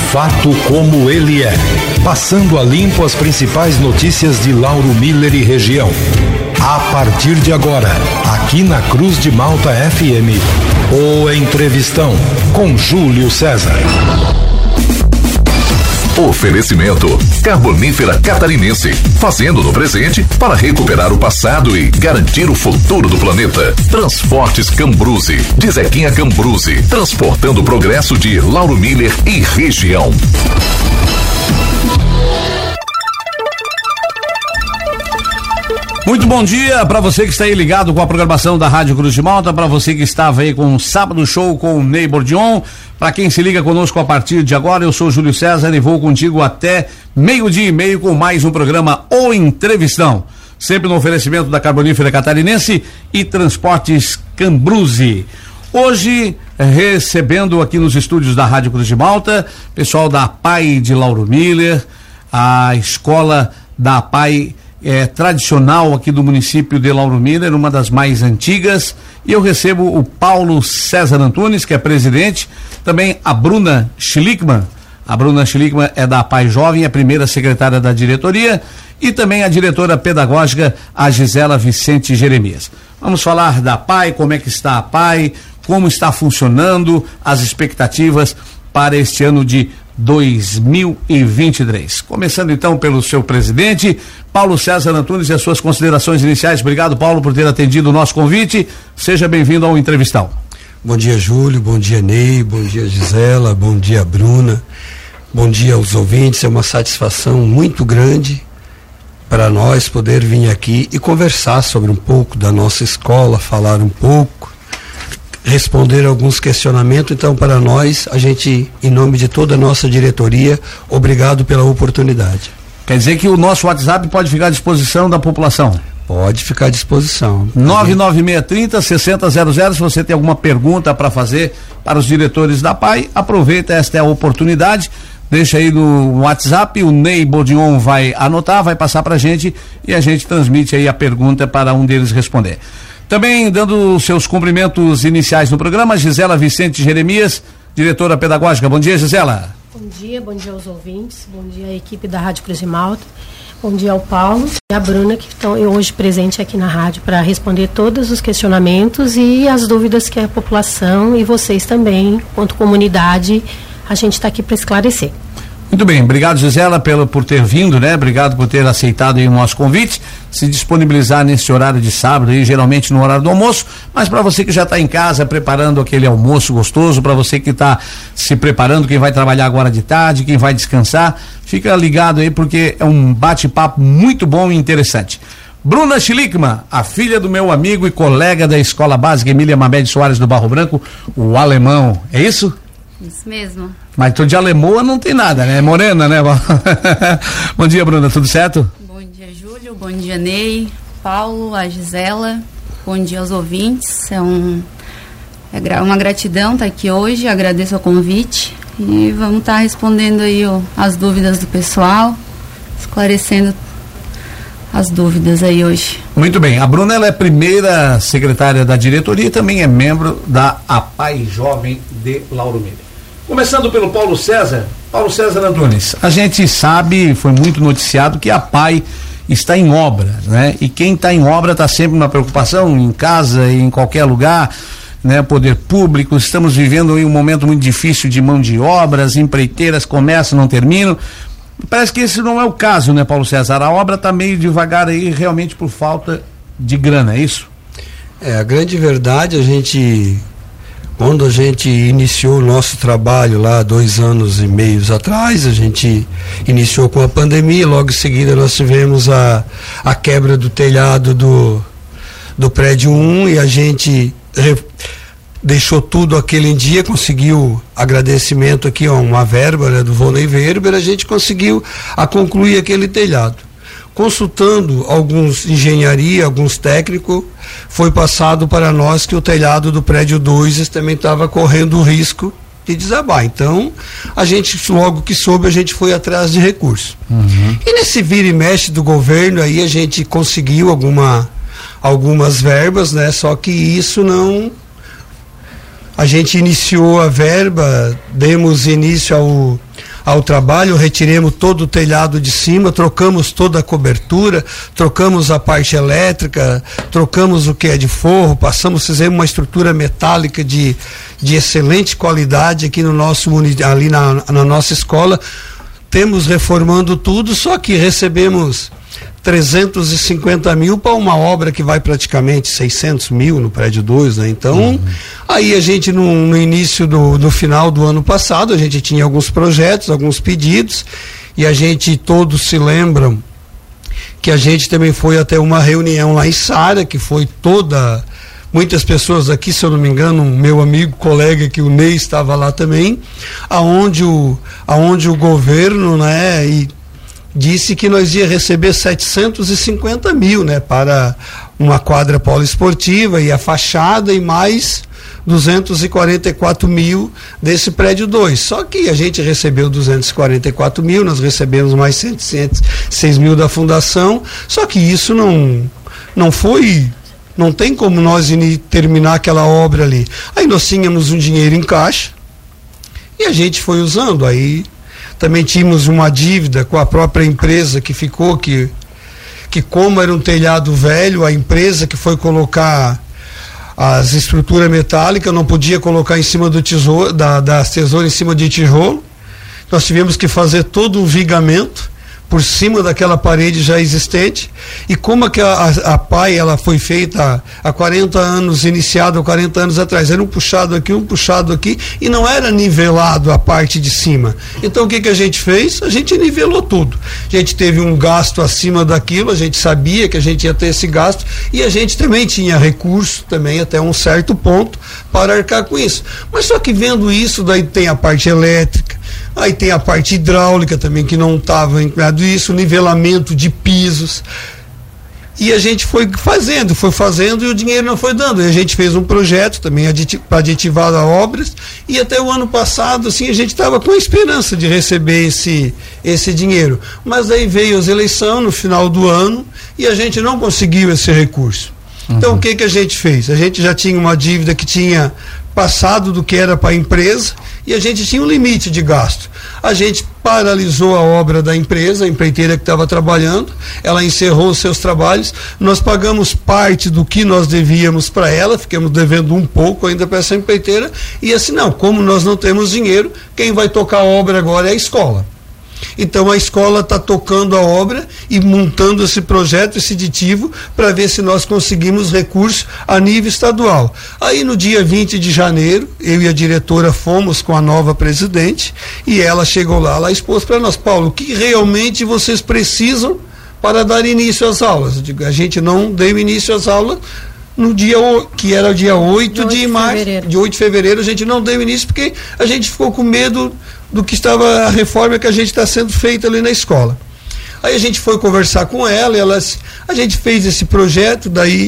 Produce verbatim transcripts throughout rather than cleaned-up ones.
fato como ele é. Passando a limpo as principais notícias de Lauro Miller e região. A partir de agora, aqui na Cruz de Malta F M, o Entrevistão com Júlio César. Oferecimento Carbonífera Catarinense, fazendo no presente para recuperar o passado e garantir o futuro do planeta. Transportes Cambruzzi, de Zequinha Cambruzzi, transportando o progresso de Lauro Miller e região. Muito bom dia para você que está aí ligado com a programação da Rádio Cruz de Malta, para você que estava aí com o Sábado Show com o Ney Bordion, para quem se liga conosco a partir de agora, eu sou Júlio César e vou contigo até meio-dia e meio com mais um programa O Entrevistão, sempre no oferecimento da Carbonífera Catarinense e Transportes Cambruzzi. Hoje, recebendo aqui nos estúdios da Rádio Cruz de Malta, pessoal da A P A I de Lauro Miller, a escola da A P A I É, tradicional aqui do município de Lauro Miller, uma das mais antigas, e eu recebo o Paulo César Antunes, que é presidente, também a Bruna Schlickman. A Bruna Schlickman é da A P A I Jovem, é a primeira secretária da diretoria, e também a diretora pedagógica, a Gisela Vicente Jeremias. Vamos falar da A P A I, como é que está a A P A I, como está funcionando, as expectativas para este ano de dois mil e vinte e três. Começando então pelo seu presidente, Paulo César Antunes, e as suas considerações iniciais. Obrigado, Paulo, por ter atendido o nosso convite. Seja bem-vindo ao Entrevistão. Bom dia, Júlio, bom dia, Ney, bom dia, Gisela, bom dia, Bruna, bom dia aos ouvintes. É uma satisfação muito grande para nós poder vir aqui e conversar sobre um pouco da nossa escola, falar um pouco, responder alguns questionamentos. Então, para nós, a gente, em nome de toda a nossa diretoria, obrigado pela oportunidade. Quer dizer que o nosso WhatsApp pode ficar à disposição da população? Pode ficar à disposição. nove nove seis três zero, seis zero zero. Se você tem alguma pergunta para fazer para os diretores da A P A I, aproveita, esta é a oportunidade. Deixa aí no WhatsApp, o Ney Bordion vai anotar, vai passar para a gente e a gente transmite aí a pergunta para um deles responder. Também dando seus cumprimentos iniciais no programa, Gisela Vicente Jeremias, diretora pedagógica. Bom dia, Gisela. Bom dia, bom dia aos ouvintes, bom dia à equipe da Rádio Cruz de Malta, bom dia ao Paulo e à Bruna, que estão hoje presentes aqui na rádio para responder todos os questionamentos e as dúvidas que a população e vocês também, quanto comunidade, a gente está aqui para esclarecer. Muito bem, obrigado, Gisela, pelo, por ter vindo, né? Obrigado por ter aceitado aí o nosso convite, se disponibilizar nesse horário de sábado, aí, geralmente no horário do almoço, mas para você que já está em casa preparando aquele almoço gostoso, para você que está se preparando, quem vai trabalhar agora de tarde, quem vai descansar, fica ligado aí porque é um bate-papo muito bom e interessante. Bruna Schlickman, a filha do meu amigo e colega da Escola Básica Emília Mamed Soares do Barro Branco, o alemão, é isso? Isso mesmo. Mas tô de alemoa não tem nada, né? Morena, né? Bom dia, Bruna, tudo certo? Bom dia, Júlio, bom dia, Ney, Paulo, a Gisela, bom dia aos ouvintes. É, um, é uma gratidão estar aqui hoje, agradeço o convite e vamos estar respondendo aí ó, as dúvidas do pessoal, esclarecendo as dúvidas aí hoje. Muito bem, a Bruna ela é primeira secretária da diretoria e também é membro da A P A I Jovem de Lauro Miller. Começando pelo Paulo César, Paulo César Antunes, a gente sabe, foi muito noticiado que a P A I está em obra, né? E quem está em obra está sempre na preocupação, em casa e em qualquer lugar, né? Poder público, estamos vivendo aí um momento muito difícil de mão de obra, as empreiteiras começam, não terminam. Parece que esse não é o caso, né, Paulo César? A obra está meio devagar aí, realmente por falta de grana, é isso? É, a grande verdade, a gente, quando a gente iniciou o nosso trabalho lá dois anos e meios atrás, a gente iniciou com a pandemia, logo em seguida nós tivemos a, a quebra do telhado do, do prédio um e a gente re, deixou tudo aquele em dia, conseguiu agradecimento aqui, ó, uma verba, né, do Volney Weber, a gente conseguiu a concluir aquele telhado. Consultando alguns engenharia, alguns técnicos, foi passado para nós que o telhado do prédio dois também estava correndo o risco de desabar. Então, a gente, logo que soube, a gente foi atrás de recursos. Uhum. E nesse vira e mexe do governo, aí a gente conseguiu alguma, algumas verbas, né? Só que isso não... A gente iniciou a verba, demos início ao, ao trabalho, retiremos todo o telhado de cima, trocamos toda a cobertura, trocamos a parte elétrica, trocamos o que é de forro, passamos, fizemos uma estrutura metálica de, de excelente qualidade aqui no nosso, ali na, na nossa escola. Temos reformando tudo, só que recebemos trezentos e cinquenta mil para uma obra que vai praticamente seiscentos mil no prédio dois, né? Então, uhum. aí a gente no, no início do, do final do ano passado, a gente tinha alguns projetos, alguns pedidos, e a gente todos se lembram que a gente também foi até uma reunião lá em Sara, que foi toda, muitas pessoas aqui, se eu não me engano, um meu amigo, colega, que o Ney estava lá também, aonde o, aonde o governo, né, e disse que nós ia receber setecentos e cinquenta mil, né, para uma quadra poliesportiva e a fachada e mais duzentos e quarenta e quatro mil desse prédio dois. Só que a gente recebeu duzentos e quarenta e quatro mil, nós recebemos mais cento e seis mil da fundação, só que isso não, não foi, não tem como nós terminar aquela obra ali. Aí nós tínhamos um dinheiro em caixa e a gente foi usando, aí também tínhamos uma dívida com a própria empresa que ficou, que, que como era um telhado velho, a empresa que foi colocar as estruturas metálicas não podia colocar em cima do tijolo, da, das tesouras em cima de tijolo. Nós tivemos que fazer todo um vigamento por cima daquela parede já existente, e como que a, a, a P A I ela foi feita há quarenta anos, iniciada há quarenta anos atrás, era um puxado aqui, um puxado aqui, e não era nivelado a parte de cima. Então o que que a gente fez? A gente nivelou tudo. A gente teve um gasto acima daquilo, a gente sabia que a gente ia ter esse gasto, e a gente também tinha recurso, também até um certo ponto, para arcar com isso. Mas só que vendo isso, daí tem a parte elétrica, aí tem a parte hidráulica também, que não estava incluído isso, nivelamento de pisos. E a gente foi fazendo, foi fazendo e o dinheiro não foi dando. E a gente fez um projeto também para aditivar a obras, e até o ano passado, assim, a gente estava com a esperança de receber esse, esse dinheiro. Mas aí veio as eleições no final do ano e a gente não conseguiu esse recurso. Uhum. Então o que que a gente fez? A gente já tinha uma dívida que tinha passado do que era para a empresa, e a gente tinha um limite de gasto. A gente paralisou a obra da empresa, a empreiteira que estava trabalhando, ela encerrou os seus trabalhos, nós pagamos parte do que nós devíamos para ela, ficamos devendo um pouco ainda para essa empreiteira, e assim, não, como nós não temos dinheiro, quem vai tocar a obra agora é a escola. Então a escola está tocando a obra e montando esse projeto, esse aditivo, para ver se nós conseguimos recurso a nível estadual. Aí no dia vinte de janeiro, eu e a diretora fomos com a nova presidente, e ela chegou lá, ela expôs para nós: Paulo, o que realmente vocês precisam para dar início às aulas? Eu digo, a gente não deu início às aulas no dia, que era o dia oito de março, de oito de fevereiro, a gente não deu início porque a gente ficou com medo do que estava a reforma que a gente está sendo feita ali na escola. Aí a gente foi conversar com ela, ela, a gente fez esse projeto, daí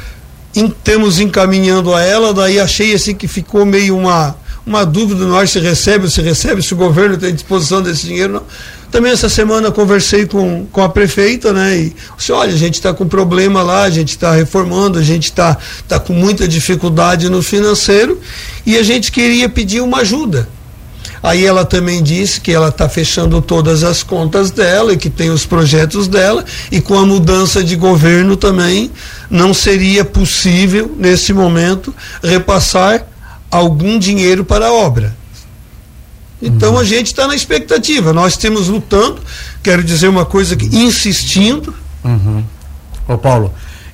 estamos encaminhando a ela, daí achei assim que ficou meio uma, uma dúvida, nós se recebe ou se recebe, se o governo tem disposição desse dinheiro, não. Também essa semana conversei com, com a prefeita, né, e disse, olha, a gente está com problema lá, a gente está reformando, a gente está tá com muita dificuldade no financeiro, e a gente queria pedir uma ajuda. Aí ela também disse que ela está fechando todas as contas dela e que tem os projetos dela, e com a mudança de governo também não seria possível, nesse momento, repassar algum dinheiro para a obra. Então uhum. a gente está na expectativa, nós temos lutando, quero dizer uma coisa aqui, insistindo. Uhum. Ô Paulo,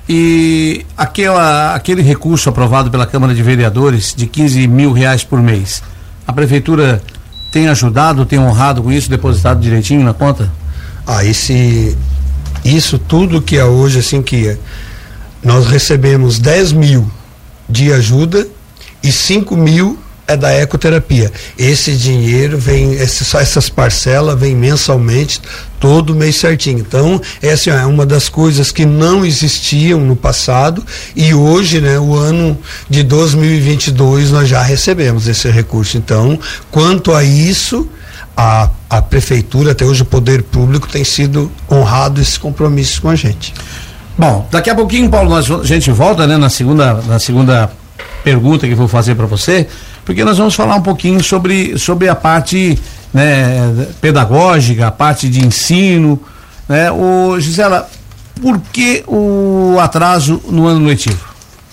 e aquela, aquele recurso aprovado pela Câmara de Vereadores de quinze mil reais por mês, a prefeitura tem ajudado, tem honrado com isso, depositado direitinho na conta? Ah, esse, isso tudo que é hoje, assim, que nós recebemos dez mil de ajuda e cinco mil é da ecoterapia. Esse dinheiro vem, esse, essas parcelas vêm mensalmente, todo mês certinho. Então, essa é uma das coisas que não existiam no passado, e hoje, né, o ano de dois mil e vinte e dois, nós já recebemos esse recurso. Então, quanto a isso, a, a prefeitura, até hoje o poder público tem sido honrado esse compromisso com a gente. Bom, daqui a pouquinho, Paulo, nós, a gente volta, né, na segunda, na segunda pergunta que vou fazer para você, porque nós vamos falar um pouquinho sobre, sobre a parte né, pedagógica, a parte de ensino, né? Ô, Gisela, por que o atraso no ano letivo?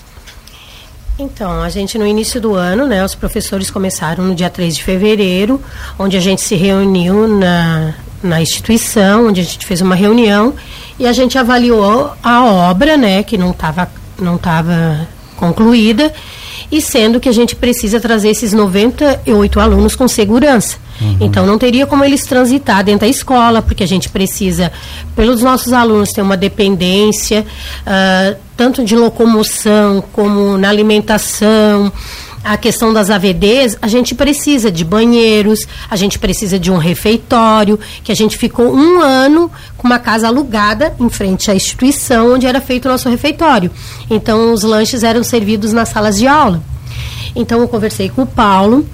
Então, a gente no início do ano, né, os professores começaram no dia três de fevereiro, onde a gente se reuniu na, na instituição, onde a gente fez uma reunião e a gente avaliou a obra, né, que não estava não estava concluída, e sendo que a gente precisa trazer esses noventa e oito alunos com segurança. Uhum. Então não teria como eles transitar dentro da escola, porque a gente precisa, pelos nossos alunos, ter uma dependência, uh, tanto de locomoção como na alimentação. A questão das A V Ds, a gente precisa de banheiros, a gente precisa de um refeitório, que a gente ficou um ano com uma casa alugada em frente à instituição onde era feito o nosso refeitório. Então, os lanches eram servidos nas salas de aula. Então, eu conversei com o Paulo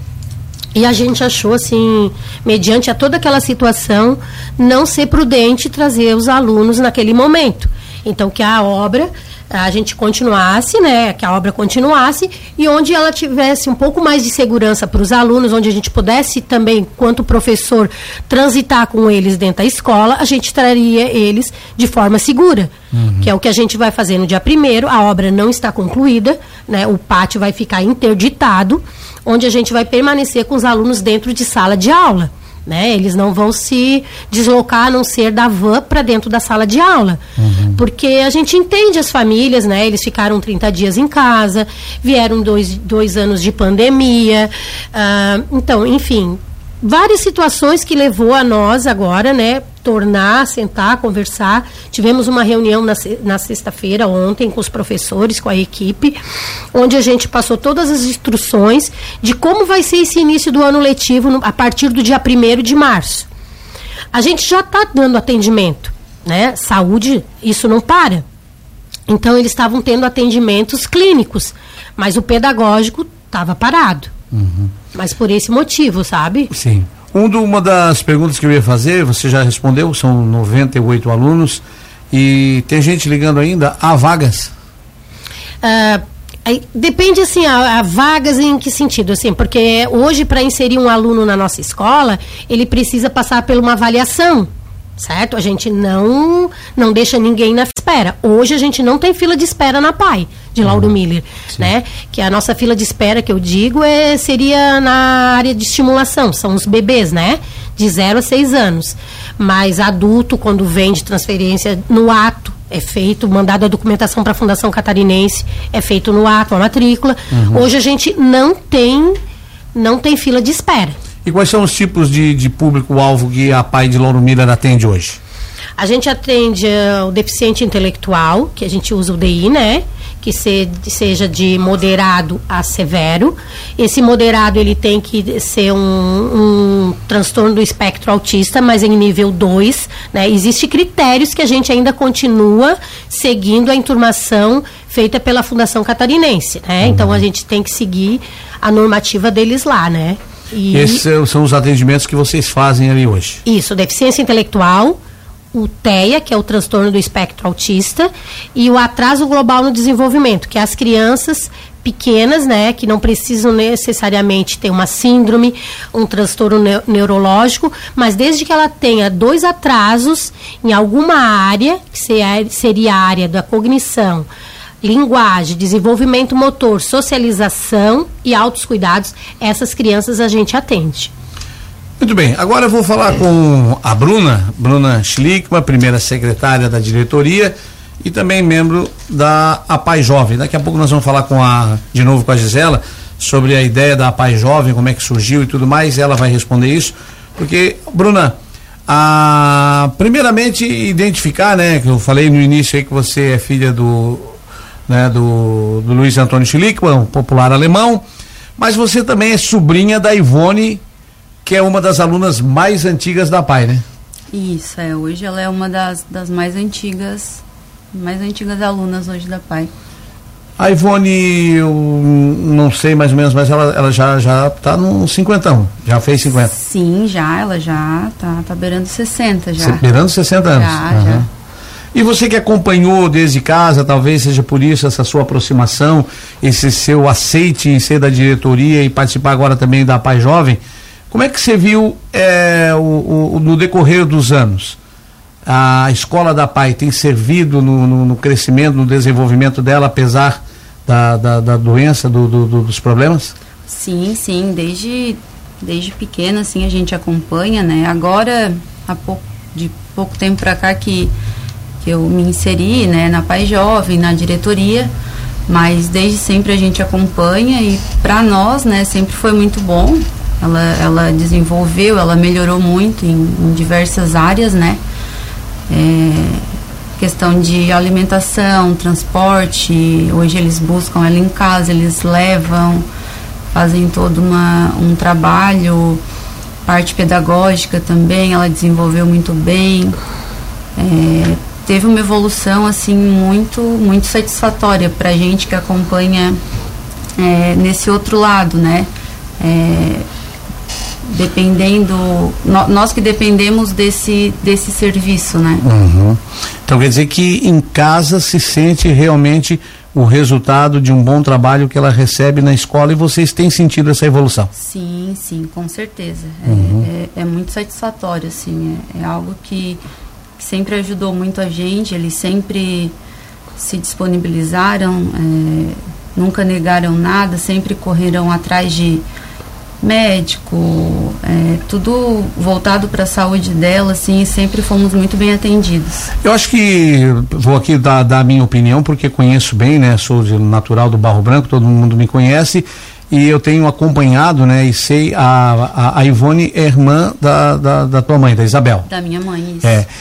e a gente achou, assim, mediante a toda aquela situação, não ser prudente trazer os alunos naquele momento. Então, que a obra... a gente continuasse, né, que a obra continuasse e onde ela tivesse um pouco mais de segurança para os alunos, onde a gente pudesse também, quanto professor, transitar com eles dentro da escola, a gente traria eles de forma segura, uhum. que é o que a gente vai fazer no dia primeiro. A obra não está concluída, né, o pátio vai ficar interditado, onde a gente vai permanecer com os alunos dentro de sala de aula. Né? Eles não vão se deslocar, a não ser da van para dentro da sala de aula. Uhum. Porque a gente entende as famílias, né? Eles ficaram trinta dias em casa, vieram dois, dois anos de pandemia. Uh, então, enfim, várias situações que levou a nós agora, né? Tornar, sentar, conversar. Tivemos uma reunião na, na sexta-feira, ontem, com os professores, com a equipe, onde a gente passou todas as instruções de como vai ser esse início do ano letivo no, a partir do dia primeiro de março. A gente já está dando atendimento, né? Saúde, isso não para. Então, eles estavam tendo atendimentos clínicos, mas o pedagógico estava parado. Uhum. Mas por esse motivo, sabe? Sim. Um do, uma das perguntas que eu ia fazer, você já respondeu, são noventa e oito alunos e tem gente ligando ainda, há vagas? Uh, aí, depende, assim, a, a vagas em que sentido, assim, porque hoje para inserir um aluno na nossa escola, ele precisa passar por uma avaliação, certo? A gente não, não deixa ninguém na espera. Hoje a gente não tem fila de espera na P A I, de Lauro uhum. Miller, Sim. né? Que a nossa fila de espera, que eu digo, é, seria na área de estimulação, são os bebês, né? De zero a seis anos. Mas adulto, quando vem de transferência no ato, é feito, mandado a documentação para a Fundação Catarinense, é feito no ato, a matrícula. Uhum. Hoje a gente não tem, não tem fila de espera. E quais são os tipos de, de público-alvo que a P A I de Lauro Miller atende hoje? A gente atende uh, o deficiente intelectual, que a gente usa o D I, né? Que se, seja de moderado a severo. Esse moderado, ele tem que ser um, um transtorno do espectro autista, mas em nível dois, né? Existem critérios que a gente ainda continua seguindo a enturmação feita pela Fundação Catarinense, né? Uhum. Então, a gente tem que seguir a normativa deles lá, né? E esses são os atendimentos que vocês fazem ali hoje? Isso, deficiência intelectual, o T E A, que é o transtorno do espectro autista, e o atraso global no desenvolvimento, que é as crianças pequenas, né, que não precisam necessariamente ter uma síndrome, um transtorno ne- neurológico, mas desde que ela tenha dois atrasos em alguma área, que seria a área da cognição, linguagem, desenvolvimento motor, socialização e altos cuidados, essas crianças a gente atende. Muito bem, agora eu vou falar com a Bruna, Bruna Schlickman, primeira secretária da diretoria e também membro da A P A I Jovem. Daqui a pouco nós vamos falar com a, de novo com a Gisela sobre a ideia da A P A I Jovem, como é que surgiu e tudo mais, ela vai responder isso, porque, Bruna, a, primeiramente identificar, né, que eu falei no início aí que você é filha do Né, do, do Luiz Antônio Schlickman, um popular alemão, mas você também é sobrinha da Ivone, que é uma das alunas mais antigas da P A I, né? Isso, é, hoje ela é uma das, das mais antigas, mais antigas alunas hoje da P A I. A Ivone, eu não sei mais ou menos, mas ela, ela já, já tá no cinquentão, já fez cinquenta. Sim, já, ela já tá, tá beirando sessenta já. Beirando sessenta anos. Já, uhum. já. E você que acompanhou desde casa, talvez seja por isso essa sua aproximação, esse seu aceite em ser da diretoria e participar agora também da P A I Jovem, Como é que você viu é, o, o, no decorrer dos anos? A escola da P A I tem servido no, no, no crescimento, no desenvolvimento dela, apesar da, da, da doença, do, do, do, dos problemas? Sim, sim, desde, desde pequena, assim, a gente acompanha, né? Agora, há pouco, de pouco tempo para cá que, que eu me inseri, né, na P A I Jovem, na diretoria, mas desde sempre a gente acompanha e para nós, né, sempre foi muito bom. Ela, ela desenvolveu, ela melhorou muito em, em diversas áreas, né? É, questão de alimentação, transporte, hoje eles buscam ela em casa, eles levam, fazem todo uma, um trabalho, parte pedagógica também, ela desenvolveu muito bem, é, teve uma evolução assim muito, muito satisfatória para a gente que acompanha é, nesse outro lado, né? É, dependendo, no, nós que dependemos desse, desse serviço, né? Uhum. Então quer dizer que em casa se sente realmente o resultado de um bom trabalho que ela recebe na escola e vocês têm sentido essa evolução? Sim, sim, com certeza. Uhum. É, é, é muito satisfatório, assim, é, é algo que, que sempre ajudou muito a gente, eles sempre se disponibilizaram, é, nunca negaram nada, sempre correram atrás de médico, é, tudo voltado para a saúde dela, assim, sempre fomos muito bem atendidos. Eu acho que, vou aqui dar, dar a minha opinião, porque conheço bem, né, sou de natural do Barro Branco, todo mundo me conhece, e eu tenho acompanhado, né, e sei, a, a, a Ivone é irmã da, da, da tua mãe, da Isabel. Da minha mãe, isso. É,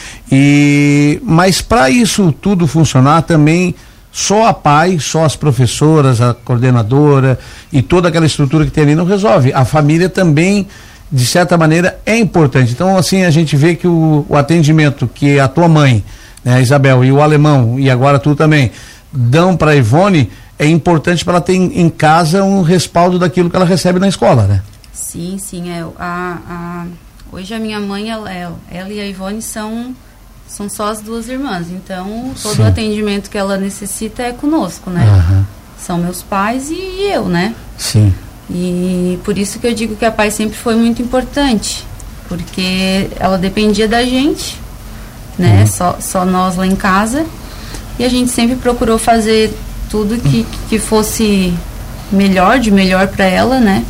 e, mas para isso tudo funcionar também, só a P A I, só as professoras, a coordenadora e toda aquela estrutura que tem ali não resolve. A família também, de certa maneira, é importante. Então, assim, a gente vê que o, o atendimento que a tua mãe, né, a Isabel, e o alemão, e agora tu também, dão para a Ivone, é importante para ela ter em, em casa um respaldo daquilo que ela recebe na escola, né? Sim, sim. É, a, a, hoje a minha mãe, ela, ela e a Ivone são... São só as duas irmãs, então todo Sim. o atendimento que ela necessita é conosco, né? Uhum. São meus pais e eu, né? Sim. E por isso que eu digo que a P A I sempre foi muito importante, porque ela dependia da gente, né? Uhum. Só, só nós lá em casa, e a gente sempre procurou fazer tudo que, que fosse melhor, de melhor para ela, né?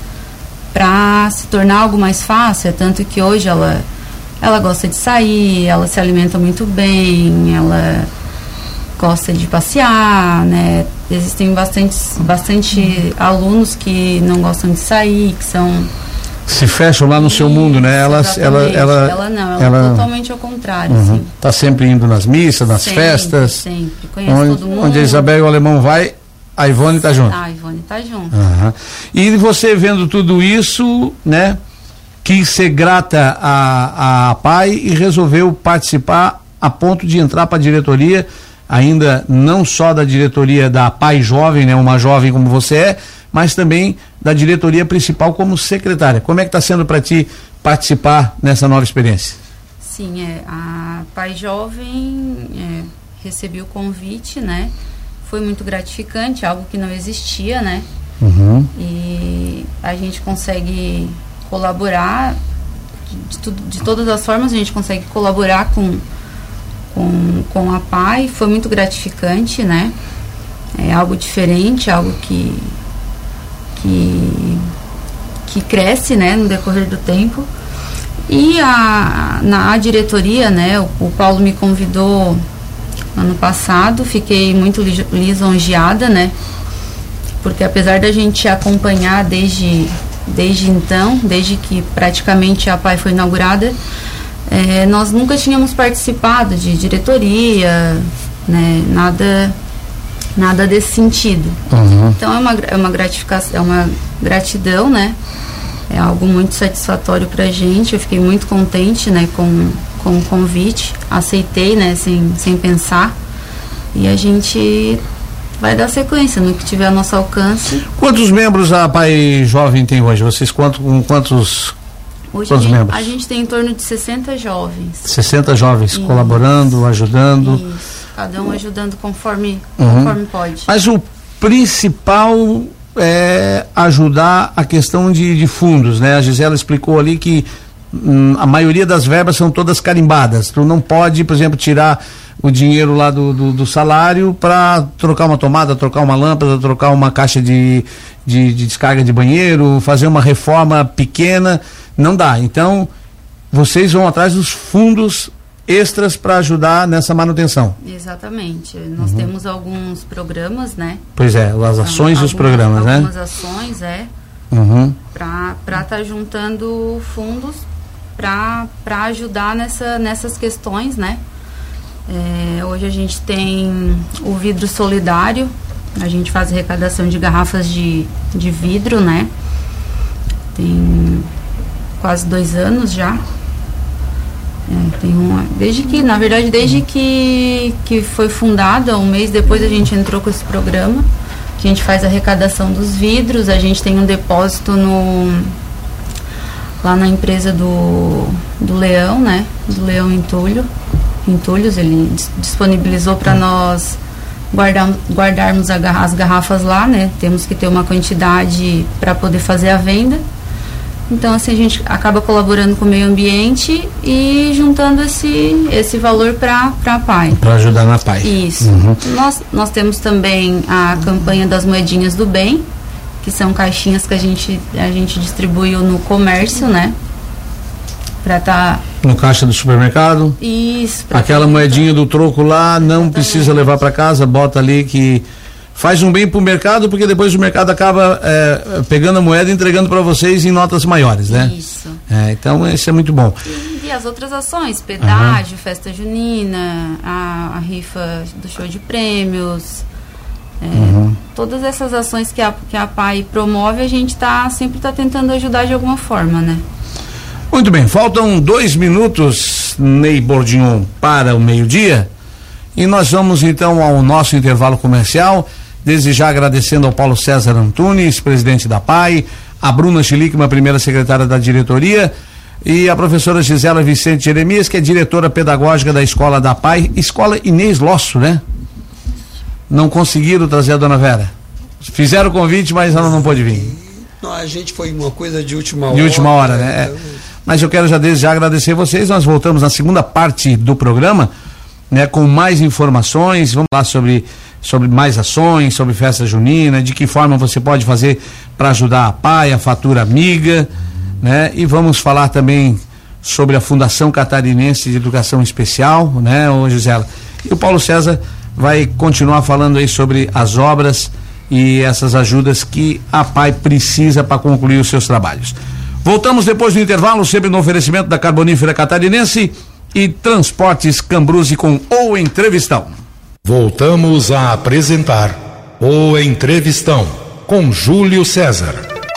Para se tornar algo mais fácil, é tanto que hoje ela... Ela gosta de sair, ela se alimenta muito bem, ela gosta de passear, né? Existem bastante, bastante uhum. alunos que não gostam de sair, que são... Se fecham lá no Isso, seu mundo, né? Ela, ela, ela, ela não, ela, ela é totalmente ao contrário, uhum. assim. Tá sempre indo nas missas, nas sempre, festas. Sempre, conhece onde, todo mundo. Onde a Isabel e o alemão vai, a Ivone tá junto. Ah, a Ivone tá junto. Uhum. E você vendo tudo isso, né? Quis ser grata à, à P A I e resolveu participar a ponto de entrar para a diretoria, ainda não só da diretoria da P A I Jovem, né, uma jovem como você é, mas também da diretoria principal como secretária. Como é que está sendo para ti participar nessa nova experiência? Sim, é, a P A I Jovem é, recebi o convite, né? Foi muito gratificante, algo que não existia, né? Uhum. E a gente consegue colaborar de, de, de todas as formas, a gente consegue colaborar com, com, com a P A I. Foi muito gratificante, né? É algo diferente, algo que que, que cresce, né, no decorrer do tempo. E a, na a diretoria, né, o, o Paulo me convidou ano passado, fiquei muito lisonjeada, né, porque apesar da gente acompanhar desde desde então, desde que praticamente a P A I foi inaugurada, é, nós nunca tínhamos participado de diretoria, né, nada, nada desse sentido. Uhum. Então é uma, é uma gratificação, é uma gratidão, né, é algo muito satisfatório pra gente. Eu fiquei muito contente, né, com, com o convite, aceitei, né, sem, sem pensar, e a gente vai dar sequência no que tiver a nosso alcance. Quantos membros a P A I Jovem tem hoje? Vocês quanto, com quantos, hoje quantos a gente, membros? A gente tem em torno de sessenta jovens. sessenta jovens Isso. colaborando, ajudando. Isso. Cada um ajudando conforme, uhum. conforme pode. Mas o principal é, ajudar a questão de, de fundos, né? A Gisela explicou ali que hum, a maioria das verbas são todas carimbadas. Tu não pode, por exemplo, tirar o dinheiro lá do, do, do salário para trocar uma tomada, trocar uma lâmpada, trocar uma caixa de, de, de descarga de banheiro, fazer uma reforma pequena, não dá. Então, vocês vão atrás dos fundos extras para ajudar nessa manutenção. Exatamente. Nós uhum. temos alguns programas, né? Pois é, as ações e os programas, né? Algumas ações, é, uhum. para estar tá juntando fundos para ajudar nessa, nessas questões, né? É, hoje a gente tem o vidro solidário, a gente faz arrecadação de garrafas de, de vidro, né? Tem quase dois anos já. É, tem uma, desde que, na verdade, desde que, que foi fundada, um mês depois a gente entrou com esse programa, que a gente faz a arrecadação dos vidros, a gente tem um depósito no, lá na empresa do, do Leão, né? Do Leão Entulho. Entulhos, ele disponibilizou para nós guardar, guardarmos a, as garrafas lá, né? Temos que ter uma quantidade para poder fazer a venda. Então, assim, a gente acaba colaborando com o meio ambiente e juntando esse, esse valor para a P A I. Para ajudar na P A I. Isso. Uhum. Nós, nós temos também a campanha das moedinhas do bem, que são caixinhas que a gente, a gente distribuiu no comércio, né? Para tá no caixa do supermercado. Isso. Aquela moedinha do troco lá, não Exatamente. Precisa levar para casa, bota ali que faz um bem pro mercado, porque depois o mercado acaba é, pegando a moeda e entregando para vocês em notas maiores, né? Isso. É, então isso é muito bom. E, e as outras ações, pedágio, uhum. festa junina, a, a rifa do show de prêmios, é, uhum. todas essas ações que a, que a P A I promove, a gente tá, sempre está tentando ajudar de alguma forma, né? Muito bem, faltam dois minutos, Ney Bordignon, para o meio-dia, e nós vamos então ao nosso intervalo comercial, desde já agradecendo ao Paulo César Antunes, presidente da P A I, a Bruna Schlickman, primeira secretária da diretoria, e a professora Gisela Vicente Jeremias, que é diretora pedagógica da escola da P A I, escola Inês Losso, né? Não conseguiram trazer a dona Vera. Fizeram o convite, mas ela não pôde vir. Não, a gente foi uma coisa de última hora. De última hora, né? Então... Mas eu quero já desde já agradecer vocês. Nós voltamos na segunda parte do programa, né, com mais informações. Vamos lá sobre, sobre mais ações, sobre festa junina, de que forma você pode fazer para ajudar a P A I, a Fatura Amiga, né? E vamos falar também sobre a Fundação Catarinense de Educação Especial, né, ô Gisela? E o Paulo César vai continuar falando aí sobre as obras e essas ajudas que a P A I precisa para concluir os seus trabalhos. Voltamos depois do intervalo, sempre no oferecimento da Carbonífera Catarinense e Transportes Cambruzzi com O Entrevistão. Voltamos a apresentar O Entrevistão com Júlio César.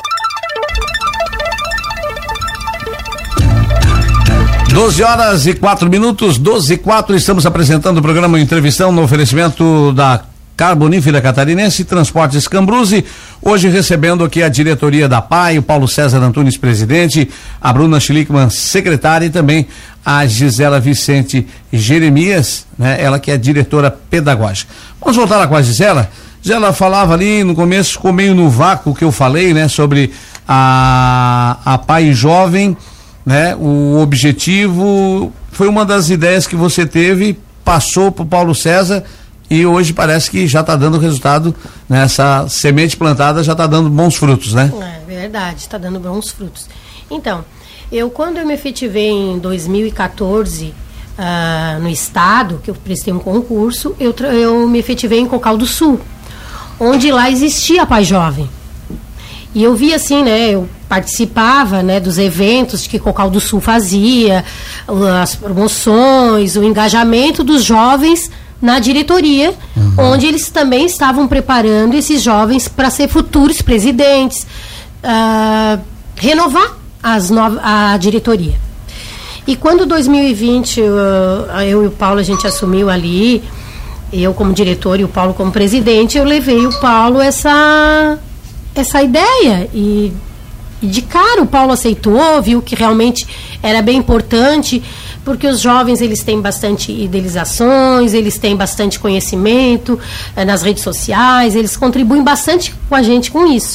doze horas e quatro minutos, doze e quatro, estamos apresentando o programa Entrevistão no oferecimento da Carbonífera Catarinense, Transportes Cambruzzi, hoje recebendo aqui a diretoria da P A I, o Paulo César Antunes, presidente, a Bruna Schlickman, secretária, e também a Gisela Vicente Jeremias, né? Ela que é diretora pedagógica. Vamos voltar lá com a Gisela. Gisela falava ali no começo, ficou meio no vácuo que eu falei, né? Sobre a, a P A I jovem, né? O objetivo foi uma das ideias que você teve, passou para o Paulo César, e hoje parece que já está dando resultado, né? Essa semente plantada já está dando bons frutos, né? É verdade, está dando bons frutos. Então, eu quando eu me efetivei em dois mil e quatorze uh, no estado, que eu prestei um concurso, eu, eu me efetivei em Cocal do Sul, onde lá existia a P A I Jovem. E eu vi assim, né, eu participava, né, dos eventos que Cocal do Sul fazia, as promoções, o engajamento dos jovens na diretoria, uhum. onde eles também estavam preparando esses jovens para ser futuros presidentes, uh, renovar as no- a diretoria. E quando dois mil e vinte, uh, eu e o Paulo, a gente assumiu ali, eu como diretor e o Paulo como presidente, eu levei o Paulo essa, essa ideia e, e de cara o Paulo aceitou, viu que realmente era bem importante porque os jovens eles têm bastante idealizações, eles têm bastante conhecimento eh, nas redes sociais, eles contribuem bastante com a gente com isso.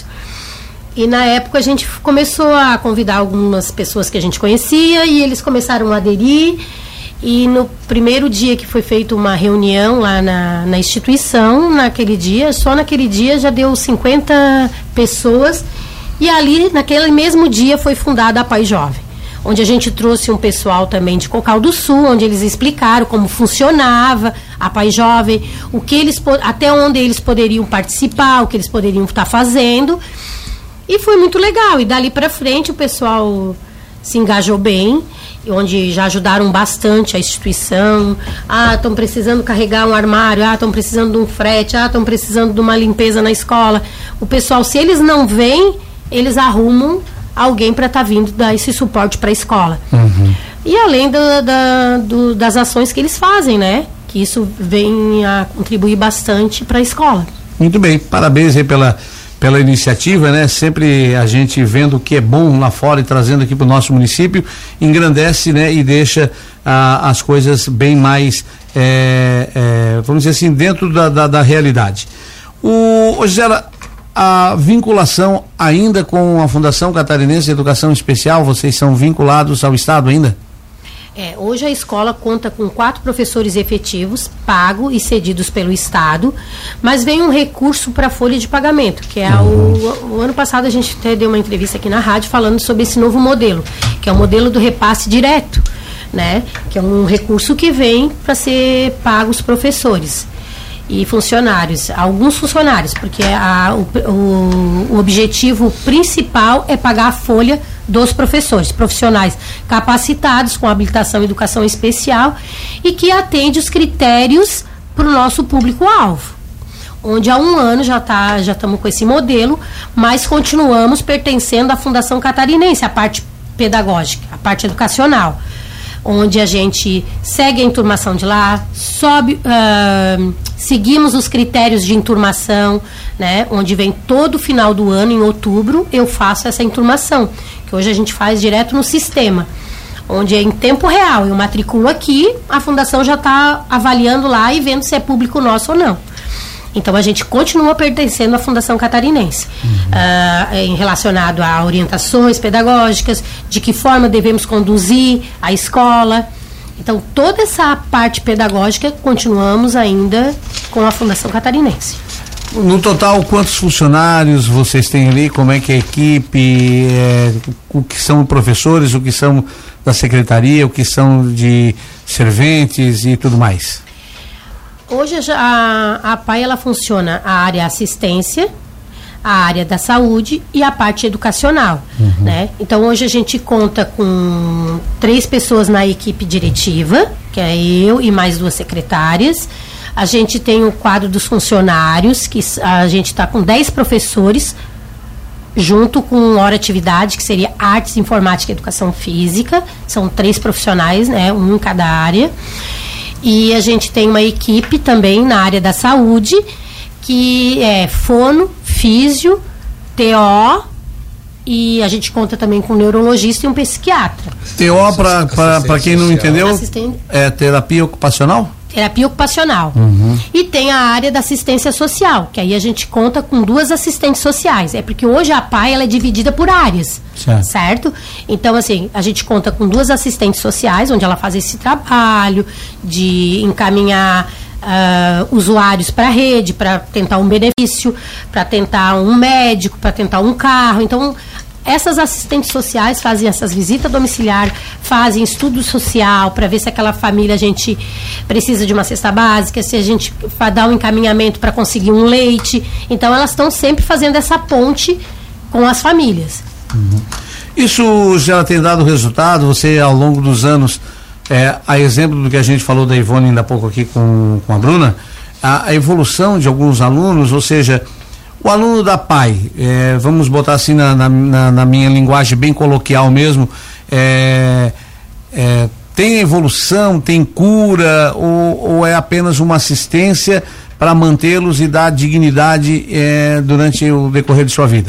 E na época a gente começou a convidar algumas pessoas que a gente conhecia e eles começaram a aderir. E no primeiro dia que foi feita uma reunião lá na, na instituição, naquele dia, só naquele dia já deu cinquenta pessoas. E ali, naquele mesmo dia, foi fundada a Pai Jovem, onde a gente trouxe um pessoal também de Cocal do Sul, onde eles explicaram como funcionava a Pai Jovem, o que eles, até onde eles poderiam participar, o que eles poderiam estar fazendo. E foi muito legal. E dali para frente o pessoal se engajou bem, onde já ajudaram bastante a instituição. Ah, estão precisando carregar um armário, ah, estão precisando de um frete, ah, estão precisando de uma limpeza na escola. O pessoal, se eles não vêm, eles arrumam alguém para estar tá vindo dar esse suporte para a escola. Uhum. E além do, da, do, das ações que eles fazem, né? Que isso vem a contribuir bastante para a escola. Muito bem, parabéns aí pela pela iniciativa, né? Sempre a gente vendo o que é bom lá fora e trazendo aqui para o nosso município, engrandece, né? E deixa ah, as coisas bem mais, é, é, vamos dizer assim, dentro da, da, da realidade. O, ô Gisela, a vinculação ainda com a Fundação Catarinense de Educação Especial, vocês são vinculados ao Estado ainda? É, hoje a escola conta com quatro professores efetivos, pagos e cedidos pelo Estado, mas vem um recurso para a folha de pagamento, que é uhum. o, o ano passado a gente até deu uma entrevista aqui na rádio falando sobre esse novo modelo, que é o modelo do repasse direto, né? Que é um recurso que vem para ser pago os professores e funcionários, alguns funcionários, porque a, o, o, o objetivo principal é pagar a folha dos professores, profissionais capacitados com habilitação e educação especial e que atende os critérios para o nosso público-alvo. Onde há um ano já tá, já estamos com esse modelo, mas continuamos pertencendo à Fundação Catarinense, a parte pedagógica, a parte educacional, onde a gente segue a enturmação de lá, sobe, uh, seguimos os critérios de enturmação, né, onde vem todo final do ano, em outubro, eu faço essa enturmação, que hoje a gente faz direto no sistema, onde é em tempo real, eu matriculo aqui, a fundação já está avaliando lá e vendo se é público nosso ou não. Então a gente continua pertencendo à Fundação Catarinense, uhum. uh, em relacionado a orientações pedagógicas, de que forma devemos conduzir a escola. Então toda essa parte pedagógica continuamos ainda com a Fundação Catarinense. No total, quantos funcionários vocês têm ali? Como é que é a equipe? É, o que são professores, o que são da secretaria, o que são de serventes e tudo mais? Hoje a, a P A I ela funciona a área assistência, a área da saúde e a parte educacional, uhum. né? Então hoje a gente conta com três pessoas na equipe diretiva, que é eu e mais duas secretárias. A gente tem o quadro dos funcionários, que a gente está com dez professores, junto com hora atividade, que seria artes, informática e educação física. São três profissionais, né? Um em cada área. E a gente tem uma equipe também na área da saúde, que é fono, físio, T O, e a gente conta também com um neurologista e um psiquiatra. T O, para quem não entendeu, assistente, é terapia ocupacional? Terapia ocupacional. Uhum. E tem a área da assistência social, que aí a gente conta com duas assistentes sociais. É porque hoje a P A I ela é dividida por áreas, certo. certo? Então, assim, a gente conta com duas assistentes sociais, onde ela faz esse trabalho de encaminhar uh, usuários para a rede, para tentar um benefício, para tentar um médico, para tentar um carro. Então, essas assistentes sociais fazem essas visitas domiciliares, fazem estudo social para ver se aquela família a gente precisa de uma cesta básica, se a gente dá um encaminhamento para conseguir um leite. Então elas estão sempre fazendo essa ponte com as famílias. Uhum. Isso já tem dado resultado? Você ao longo dos anos, é, a exemplo do que a gente falou da Ivone ainda há pouco aqui com, com a Bruna, a, a evolução de alguns alunos, ou seja, o aluno da P A I, é, vamos botar assim na, na, na minha linguagem bem coloquial mesmo, é, é, tem evolução, tem cura ou, ou é apenas uma assistência para mantê-los e dar dignidade é, durante o decorrer de sua vida?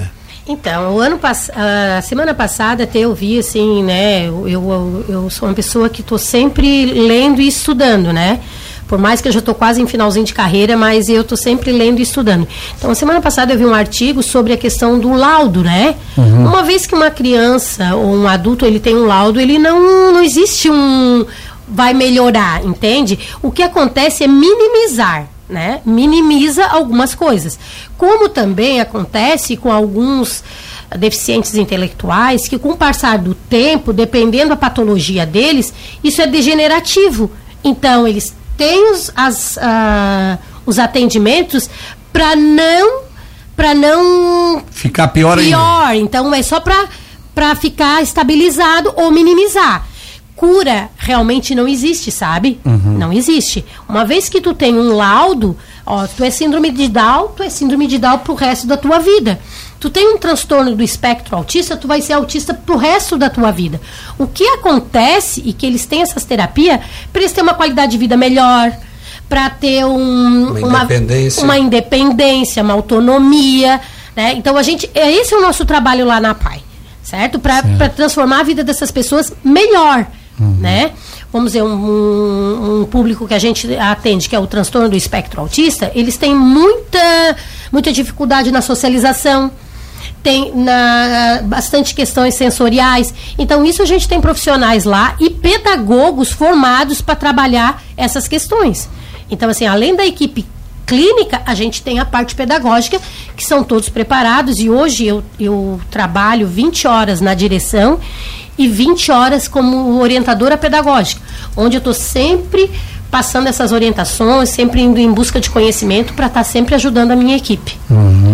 Então, o ano pass- a semana passada até eu vi assim, né, eu, eu, eu sou uma pessoa que estou sempre lendo e estudando, né, por mais que eu já estou quase em finalzinho de carreira, mas eu estou sempre lendo e estudando. Então, a semana passada eu vi um artigo sobre a questão do laudo, né, uhum. Uma vez que uma criança ou um adulto, ele tem um laudo, ele não, não existe um, vai melhorar, entende? O que acontece é minimizar, né? Minimiza algumas coisas. Como também acontece com alguns deficientes intelectuais que, com o passar do tempo, dependendo da patologia deles, isso é degenerativo. Então, eles têm os, as, uh, os atendimentos para não para não ficar pior, pior. ainda. Então, é só para ficar estabilizado ou minimizar. Cura realmente não existe, sabe? Uhum. Não existe. Uma vez que tu tem um laudo, ó, tu é síndrome de Down, tu é síndrome de Down pro resto da tua vida. Tu tem um transtorno do espectro autista, tu vai ser autista pro resto da tua vida. O que acontece, e que eles têm essas terapias, para eles terem uma qualidade de vida melhor, para ter um, uma, independência. Uma, uma independência, uma autonomia, né? Então, a gente, esse é o nosso trabalho lá na P A I, certo? Para transformar a vida dessas pessoas melhor. Uhum. Né? Vamos dizer, um, um público que a gente atende, que é o transtorno do espectro autista, eles têm muita, muita dificuldade na socialização, tem na, bastante questões sensoriais. Então, isso a gente tem profissionais lá e pedagogos formados para trabalhar essas questões. Então, assim, além da equipe clínica, a gente tem a parte pedagógica, que são todos preparados, e hoje eu, eu trabalho vinte horas na direção e vinte horas como orientadora pedagógica, onde eu estou sempre passando essas orientações, sempre indo em busca de conhecimento para estar tá sempre ajudando a minha equipe. Uhum.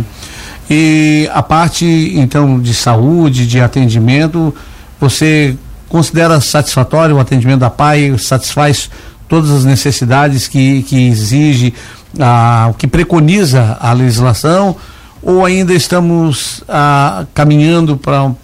E a parte, então, de saúde, de atendimento, você considera satisfatório o atendimento da P A I? Satisfaz todas as necessidades que, que exige, ah, o que preconiza a legislação, ou ainda estamos ah, caminhando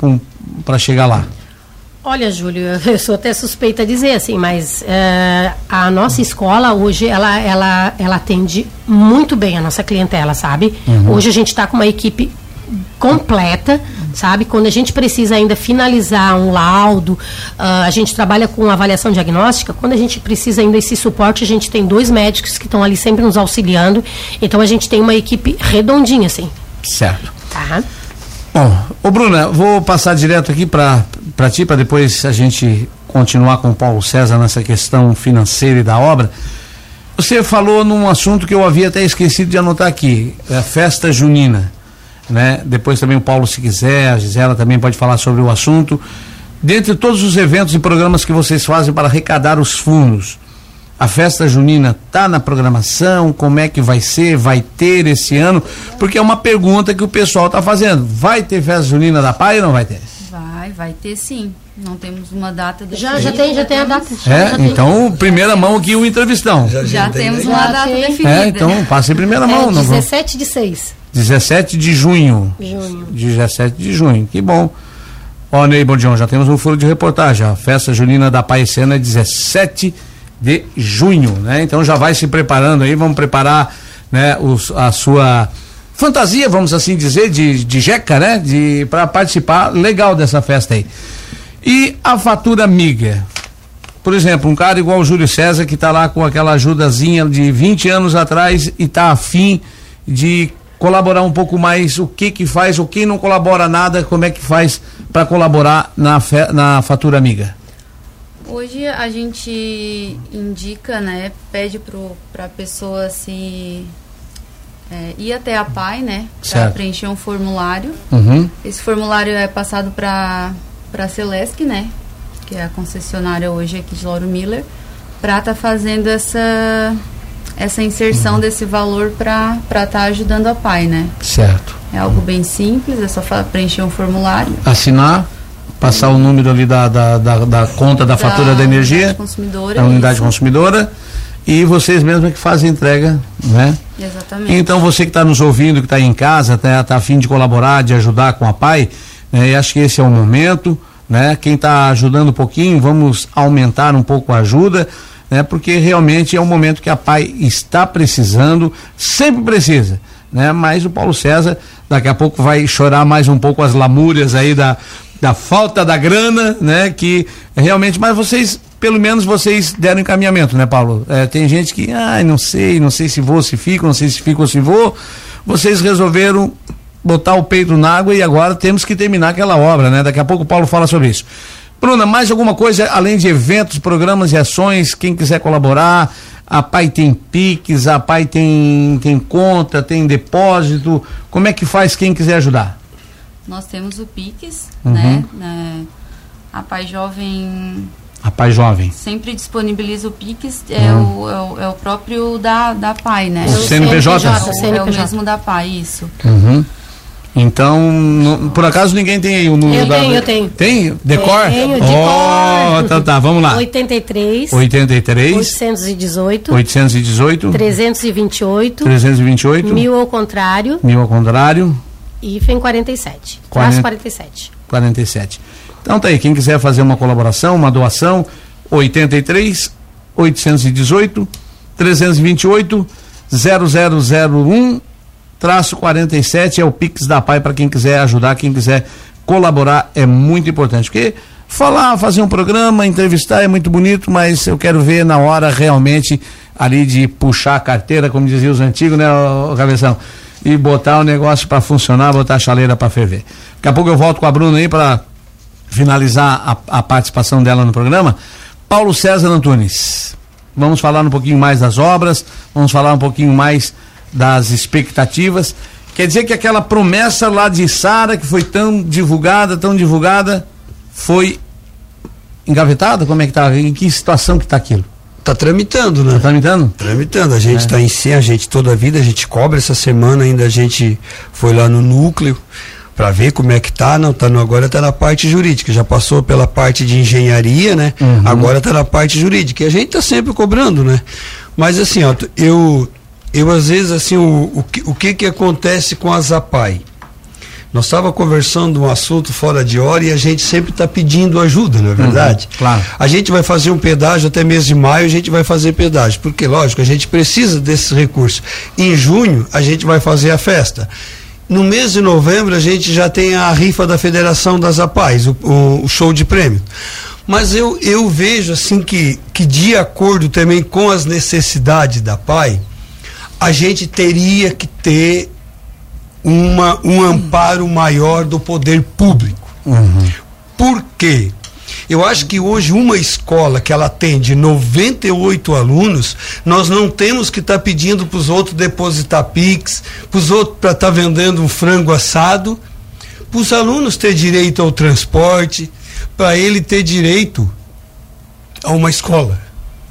para chegar lá? Olha, Júlio, eu sou até suspeita a dizer assim, mas uh, a nossa escola hoje, ela, ela, ela atende muito bem a nossa clientela, sabe? Uhum. Hoje a gente está com uma equipe completa, sabe? Quando a gente precisa ainda finalizar um laudo, uh, a gente trabalha com avaliação diagnóstica, quando a gente precisa ainda esse suporte, a gente tem dois médicos que estão ali sempre nos auxiliando, então a gente tem uma equipe redondinha, assim. Certo. Tá. Bom, ô Bruna, vou passar direto aqui para para ti, para depois a gente continuar com o Paulo César nessa questão financeira e da obra. Você falou num assunto que eu havia até esquecido de anotar aqui, a festa junina, né? Depois também o Paulo, se quiser, a Gisela também pode falar sobre o assunto. Dentre todos os eventos e programas que vocês fazem para arrecadar os fundos, a festa junina está na programação? Como é que vai ser? Vai ter esse ano? Porque é uma pergunta que o pessoal está fazendo. Vai ter festa junina da P A I ou não vai ter? Vai, vai ter sim. Não temos uma data definida. Já, já tem, já tem a data. É, então, primeira mão aqui o entrevistão. Já, já temos uma já data tem. definida. É, então, passa em primeira mão. É, dezessete de seis. dezessete de junho. Junho. dezessete de junho, que bom. Ó, Ney Bordion, já temos um furo de reportagem. A festa junina da P A I esse ano é dezessete de junho, né? Então já vai se preparando aí, vamos preparar, né, os, a sua fantasia, vamos assim dizer, de, de jeca, né? De, para participar legal dessa festa aí. E a fatura amiga? Por exemplo, um cara igual o Júlio César, que está lá com aquela ajudazinha de vinte anos atrás e está afim de colaborar um pouco mais, o que que faz, o que não colabora nada, como é que faz para colaborar na, fe, na fatura amiga? Hoje a gente indica, né, pede para a pessoa se é, ir até a P A I, né, para preencher um formulário. Uhum. Esse formulário é passado para para a Celesc, né, que é a concessionária hoje aqui de Lauro Miller, para estar tá fazendo essa essa inserção uhum. desse valor para para estar tá ajudando a P A I, né. Certo. É algo bem simples, é só preencher um formulário. Assinar, passar o número ali da, da, da, da conta da, da fatura da energia, consumidora, a unidade isso. consumidora, e vocês mesmos que fazem a entrega, né? Exatamente. Então você que está nos ouvindo, que está aí em casa, está tá a fim de colaborar, de ajudar com a P A I, né? Acho que esse é o momento, né? Quem está ajudando um pouquinho, vamos aumentar um pouco a ajuda, né? Porque realmente é um momento que a P A I está precisando, sempre precisa, né? Mas o Paulo César daqui a pouco vai chorar mais um pouco as lamúrias aí da, da falta da grana, né? Que realmente, mas vocês, pelo menos vocês deram encaminhamento, né, Paulo? É, tem gente que, ai, não sei, não sei se vou, se fico, não sei se fico ou se vou. Vocês resolveram botar o peito na água e agora temos que terminar aquela obra, né? Daqui a pouco o Paulo fala sobre isso. Bruna, mais alguma coisa além de eventos, programas e ações? Quem quiser colaborar, a P A I tem Pix, a P A I tem, tem conta, tem depósito. Como é que faz quem quiser ajudar? Nós temos o Pix, Uhum. né? né? A P A I Jovem A P A I Jovem. sempre disponibiliza o Pix, é, Uhum. o, é, o, é o próprio da, da P A I, né? O C N P J? É o, C N P J. é o mesmo da P A I, isso. Uhum. Então, no, por acaso ninguém tem aí o número Eu da... tenho, eu tenho. Tem? Decor? Tenho, de oh, cor. Então tá, vamos lá. oitenta e três, oitenta e três, oitocentos e dezoito, oitocentos e dezoito, trezentos e vinte e oito, trezentos e vinte e oito, mil ao contrário, mil ao contrário, hífen quarenta e sete. Quarenta- Traço quarenta e sete. quarenta e sete. Então tá aí, quem quiser fazer uma colaboração, uma doação, oitenta e três, oitocentos e dezoito, trezentos e vinte e oito, zero zero zero um, traço quarenta e sete é o Pix da P A I para quem quiser ajudar, quem quiser colaborar, é muito importante, porque falar, fazer um programa, entrevistar é muito bonito, mas eu quero ver na hora realmente ali de puxar a carteira, como diziam os antigos, né, ô, ô, Cabeção, e botar o negócio para funcionar, botar a chaleira para ferver. Daqui a pouco eu volto com a Bruna aí para finalizar a, a participação dela no programa. Paulo César Antunes, vamos falar um pouquinho mais das obras, vamos falar um pouquinho mais das expectativas. Quer dizer que aquela promessa lá de Sara, que foi tão divulgada, tão divulgada, foi engavetada? Como é que tá? Em que situação que tá aquilo? Tá tramitando, né? Tá tramitando? Tramitando, a gente está É. em si, a gente toda a vida, a gente cobra. Essa semana ainda a gente foi lá no núcleo para ver como é que tá, não tá no, agora tá na parte jurídica, já passou pela parte de engenharia, né? Uhum. Agora tá na parte jurídica, e a gente tá sempre cobrando, né? Mas assim, ó, eu eu às vezes assim, o, o, que, o que que acontece com a Zapai? Nós estava conversando um assunto fora de hora e a gente sempre está pedindo ajuda, não é verdade? Uhum, claro. A gente vai fazer um pedágio até mês de maio, a gente vai fazer pedágio, porque lógico, a gente precisa desses recursos. Em junho a gente vai fazer a festa. No mês de novembro a gente já tem a rifa da Federação das Apais, o, o, o show de prêmio. Mas eu, eu vejo assim que, que de acordo também com as necessidades da P A I, a gente teria que ter uma, um amparo maior do poder público. Uhum. Por quê? Eu acho que hoje uma escola que ela tem de noventa e oito alunos, nós não temos que estar tá pedindo para os outros depositar Pix, para os outros para estar tá vendendo um frango assado, para os alunos ter direito ao transporte, para ele ter direito a uma escola.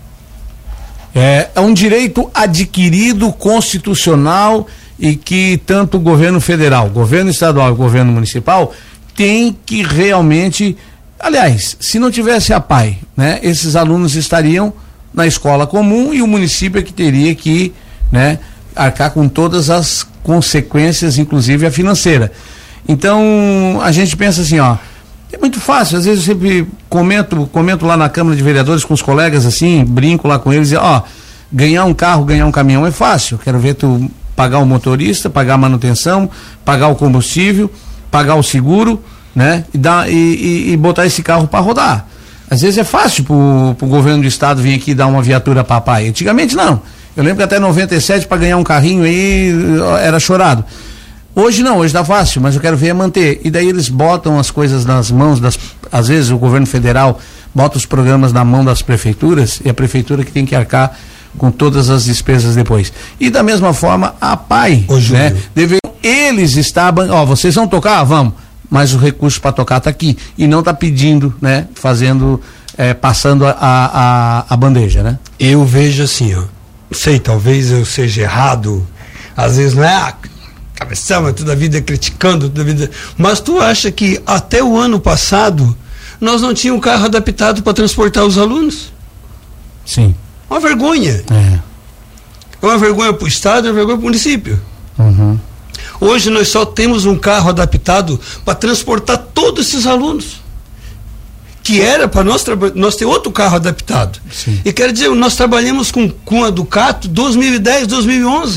É, é um direito adquirido constitucional e que tanto o governo federal, governo estadual e governo municipal tem que realmente, aliás, se não tivesse a P A I, né, esses alunos estariam na escola comum e o município é que teria que, né, arcar com todas as consequências, inclusive a financeira. Então, a gente pensa assim, ó, é muito fácil, às vezes eu sempre comento, comento lá na Câmara de Vereadores com os colegas assim, brinco lá com eles, e, ó, ganhar um carro, ganhar um caminhão é fácil, quero ver tu pagar o motorista, pagar a manutenção, pagar o combustível, pagar o seguro, né, e, dar, e, e, e botar esse carro para rodar. Às vezes é fácil pro, pro governo do estado vir aqui dar uma viatura para P A I. Antigamente não. Eu lembro que até noventa e sete para ganhar um carrinho aí era chorado. Hoje não, hoje tá fácil, mas eu quero ver é manter. E daí eles botam as coisas nas mãos das, às vezes o governo federal bota os programas na mão das prefeituras e a prefeitura que tem que arcar com todas as despesas depois. E da mesma forma a P A I, Ô, né? Deveriam eles estar, ó, vocês vão tocar? Vamos. Mas o recurso para tocar tá aqui e não tá pedindo, né? Fazendo, é, passando a, a, a bandeja, né? Eu vejo assim, ó, sei, talvez eu seja errado, às vezes não é ah, cabeção, é toda a vida criticando, toda a vida, mas tu acha que até o ano passado nós não tínhamos um carro adaptado para transportar os alunos? Sim. Uma vergonha. É. É uma vergonha para o estado, é uma vergonha para o município. Uhum. Hoje nós só temos um carro adaptado para transportar todos esses alunos. Que era para nós, nós ter outro carro adaptado. Sim. E quero dizer, nós trabalhamos com, com a Ducato dois mil e dez, dois mil e onze.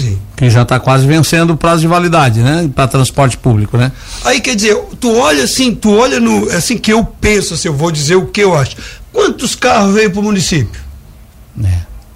Que já está quase vencendo o prazo de validade, né? Para transporte público, né? Aí quer dizer, tu olha assim, tu olha no, assim que eu penso, assim, eu vou dizer o que eu acho. Quantos carros veio para o município? É.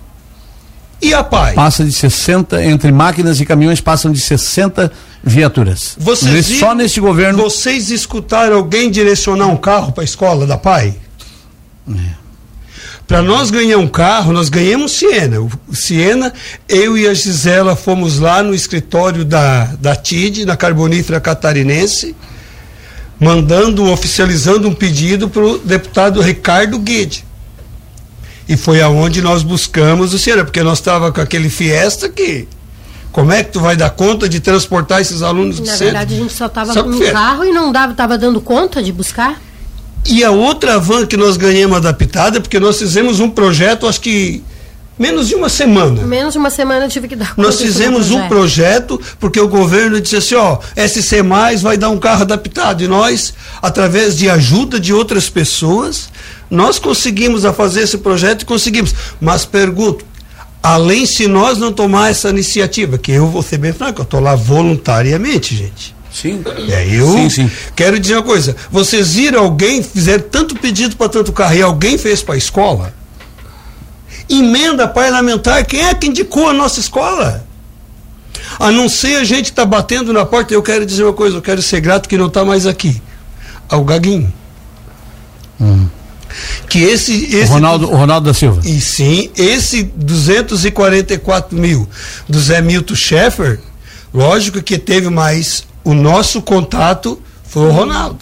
E a P A I? Passa de sessenta, entre máquinas e caminhões passam de sessenta viaturas. Vocês Nesse, viram, só neste governo. Vocês escutaram alguém direcionar um carro para a escola da P A I? É. Para nós ganhar um carro, nós ganhamos Siena. O Siena, eu e a Gisela fomos lá no escritório da, da T I D, na Carbonífera Catarinense, mandando, oficializando um pedido para o deputado Ricardo Guede. E foi aonde nós buscamos o Siena, porque nós estávamos com aquele Fiesta que... Como é que tu vai dar conta de transportar esses alunos do centro? Na verdade, a gente só estava com um carro e não dava, estava dando conta de buscar. E a outra van que nós ganhamos adaptada, porque nós fizemos um projeto, acho que menos de uma semana. Menos de uma semana eu tive que dar conta. Nós fizemos um projeto, porque o governo disse assim, ó, S C mais vai dar um carro adaptado. E nós, através de ajuda de outras pessoas, nós conseguimos a fazer esse projeto e conseguimos. Mas pergunto, além se nós não tomar essa iniciativa, que eu vou ser bem franco, eu estou lá voluntariamente, gente. Sim. É, eu sim, sim. Quero dizer uma coisa, vocês viram alguém, fizeram tanto pedido para tanto carro e alguém fez para a escola? Emenda parlamentar, quem é que indicou a nossa escola? A não ser a gente tá batendo na porta. Eu quero dizer uma coisa, eu quero ser grato que não está mais aqui, ao Gaguinho. Hum. Que esse, esse o Ronaldo, o Ronaldo da Silva. E sim, esse duzentos e quarenta e quatro mil do Zé Milton Schaeffer, lógico que teve mais, o nosso contato foi o Ronaldo.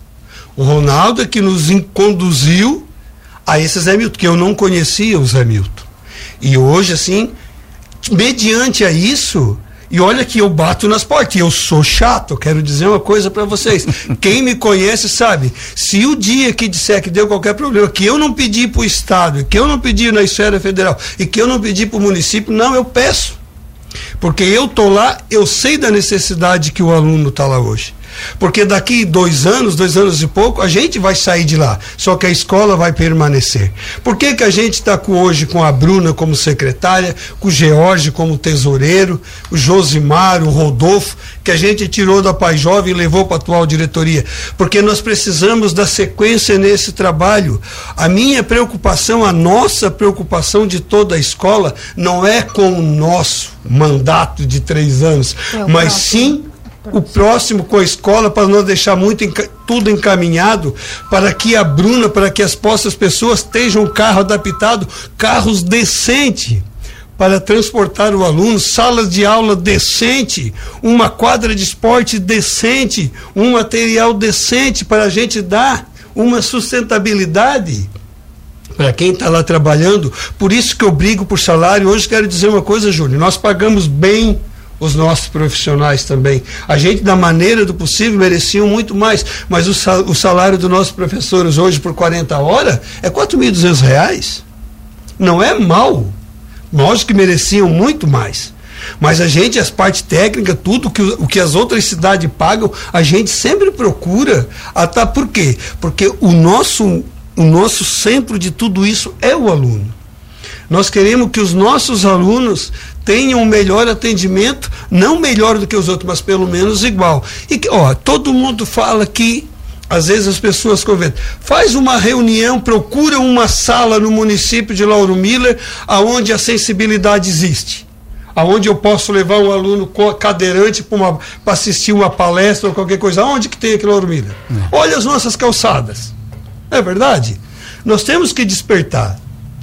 O Ronaldo é que nos conduziu a esse Zé Milton, que eu não conhecia o Zé Milton. E hoje, assim, mediante a isso, e olha que eu bato nas portas, e eu sou chato, eu quero dizer uma coisa para vocês. Quem me conhece sabe, se o dia que disser que deu qualquer problema, que eu não pedi para o Estado, que eu não pedi na esfera federal, e que eu não pedi para o município, não, eu peço. Porque eu tô lá, eu sei da necessidade que o aluno está lá hoje. Porque daqui dois anos, dois anos e pouco, a gente vai sair de lá, só que a escola vai permanecer. Por que que a gente está hoje com a Bruna como secretária, com o George como tesoureiro, o Josimar, o Rodolfo, que a gente tirou da Pai Jovem e levou para a atual diretoria? Porque nós precisamos da sequência nesse trabalho. A minha preocupação, a nossa preocupação de toda a escola, não é com o nosso mandato de três anos, é mas sim o próximo com a escola, para nós deixar muito enca- tudo encaminhado para que a Bruna, para que as possas pessoas tenham um carro adaptado, carros decentes para transportar o aluno, salas de aula decente, uma quadra de esporte decente, um material decente para a gente dar uma sustentabilidade para quem está lá trabalhando. Por isso que eu brigo por salário. Hoje quero dizer uma coisa, Júlio, nós pagamos bem os nossos profissionais também. A gente, da maneira do possível, mereciam muito mais, mas o, sal, o salário dos nossos professores hoje por quarenta horas é quatro mil e duzentos reais. Não é mal. Nós que mereciam muito mais. Mas a gente, as partes técnicas, tudo que, o que as outras cidades pagam, a gente sempre procura. Até por quê? Porque o nosso, o nosso centro de tudo isso é o aluno. Nós queremos que os nossos alunos tenham um melhor atendimento, não melhor do que os outros, mas pelo menos igual. E que, ó, todo mundo fala que, às vezes as pessoas conversam, faz uma reunião, procura uma sala no município de Lauro Miller, aonde a sensibilidade existe, aonde eu posso levar um aluno cadeirante para assistir uma palestra ou qualquer coisa. Aonde que tem aqui Lauro Miller? Não. Olha as nossas calçadas. É verdade? Nós temos que despertar.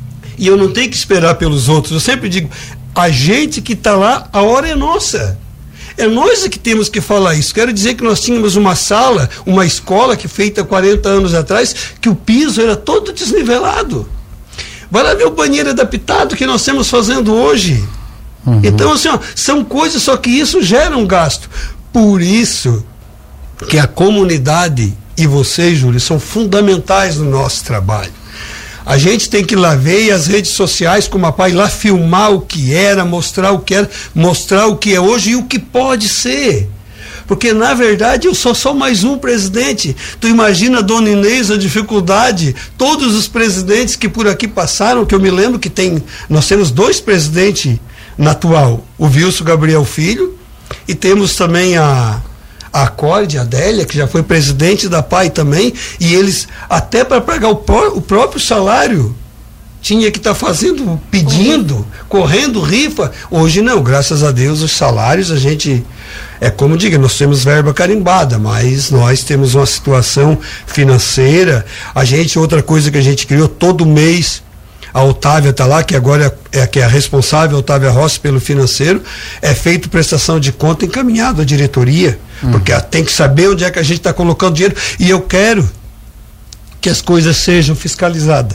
E eu não tenho que esperar pelos outros. Eu sempre digo, a gente que está lá, a hora é nossa. É nós que temos que falar isso. Quero dizer que nós tínhamos uma sala, uma escola que feita quarenta anos atrás, que o piso era todo desnivelado. Vai lá ver o banheiro adaptado que nós estamos fazendo hoje. Uhum. Então, assim, ó, são coisas, só que isso gera um gasto. Por isso que a comunidade e vocês, Júlio, são fundamentais no nosso trabalho. A gente tem que ir lá ver, e as redes sociais, como a P A I, lá filmar o que era, mostrar o que era, mostrar o que é hoje e o que pode ser. Porque, na verdade, eu sou só mais um presidente. Tu imagina a dona Inês, a dificuldade, todos os presidentes que por aqui passaram, que eu me lembro que tem, nós temos dois presidentes na atual, o Wilson Gabriel Filho, e temos também a a Acorde, a Adélia, que já foi presidente da P A I também, e eles, até para pagar o, pró- o próprio salário, tinha que estar tá fazendo, pedindo, correndo rifa. Hoje não, graças a Deus, os salários, a gente, é como diga, nós temos verba carimbada, mas nós temos uma situação financeira. A gente, outra coisa que a gente criou, todo mês, a Otávia está lá, que agora é, é, que é a responsável, a Otávia Rossi, pelo financeiro, é feito prestação de conta encaminhado à diretoria, hum. porque ela tem que saber onde é que a gente está colocando dinheiro, e eu quero que as coisas sejam fiscalizadas.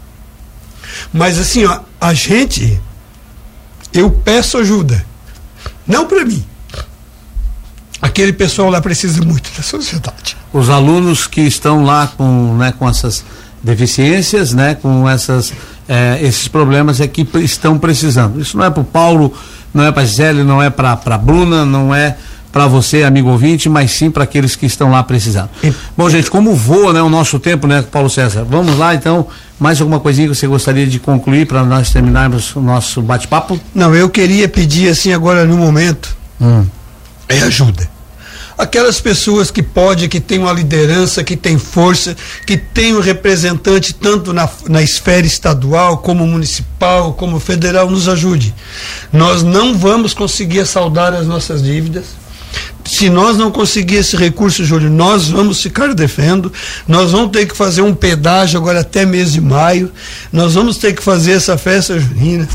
Mas assim, ó, a gente, eu peço ajuda, não para mim, aquele pessoal lá precisa muito da sociedade. Os alunos que estão lá com, né, com essas deficiências, né, com essas, eh, esses problemas é que estão precisando. Isso não é para o Paulo, não é para a Gisele, não é para a Bruna, não é para você, amigo ouvinte, mas sim para aqueles que estão lá precisando. E, Bom, gente, como voa, né, o nosso tempo, né, Paulo César? Vamos lá, então, mais alguma coisinha que você gostaria de concluir para nós terminarmos o nosso bate-papo? Não, eu queria pedir assim agora no momento, hum. é ajuda. Aquelas pessoas que podem, que têm uma liderança, que têm força, que têm um representante tanto na, na esfera estadual, como municipal, como federal, nos ajude. Nós não vamos conseguir saldar as nossas dívidas. Se nós não conseguir esse recurso, Júlio, nós vamos ficar devendo, nós vamos ter que fazer um pedágio agora até mês de maio, nós vamos ter que fazer essa festa junina.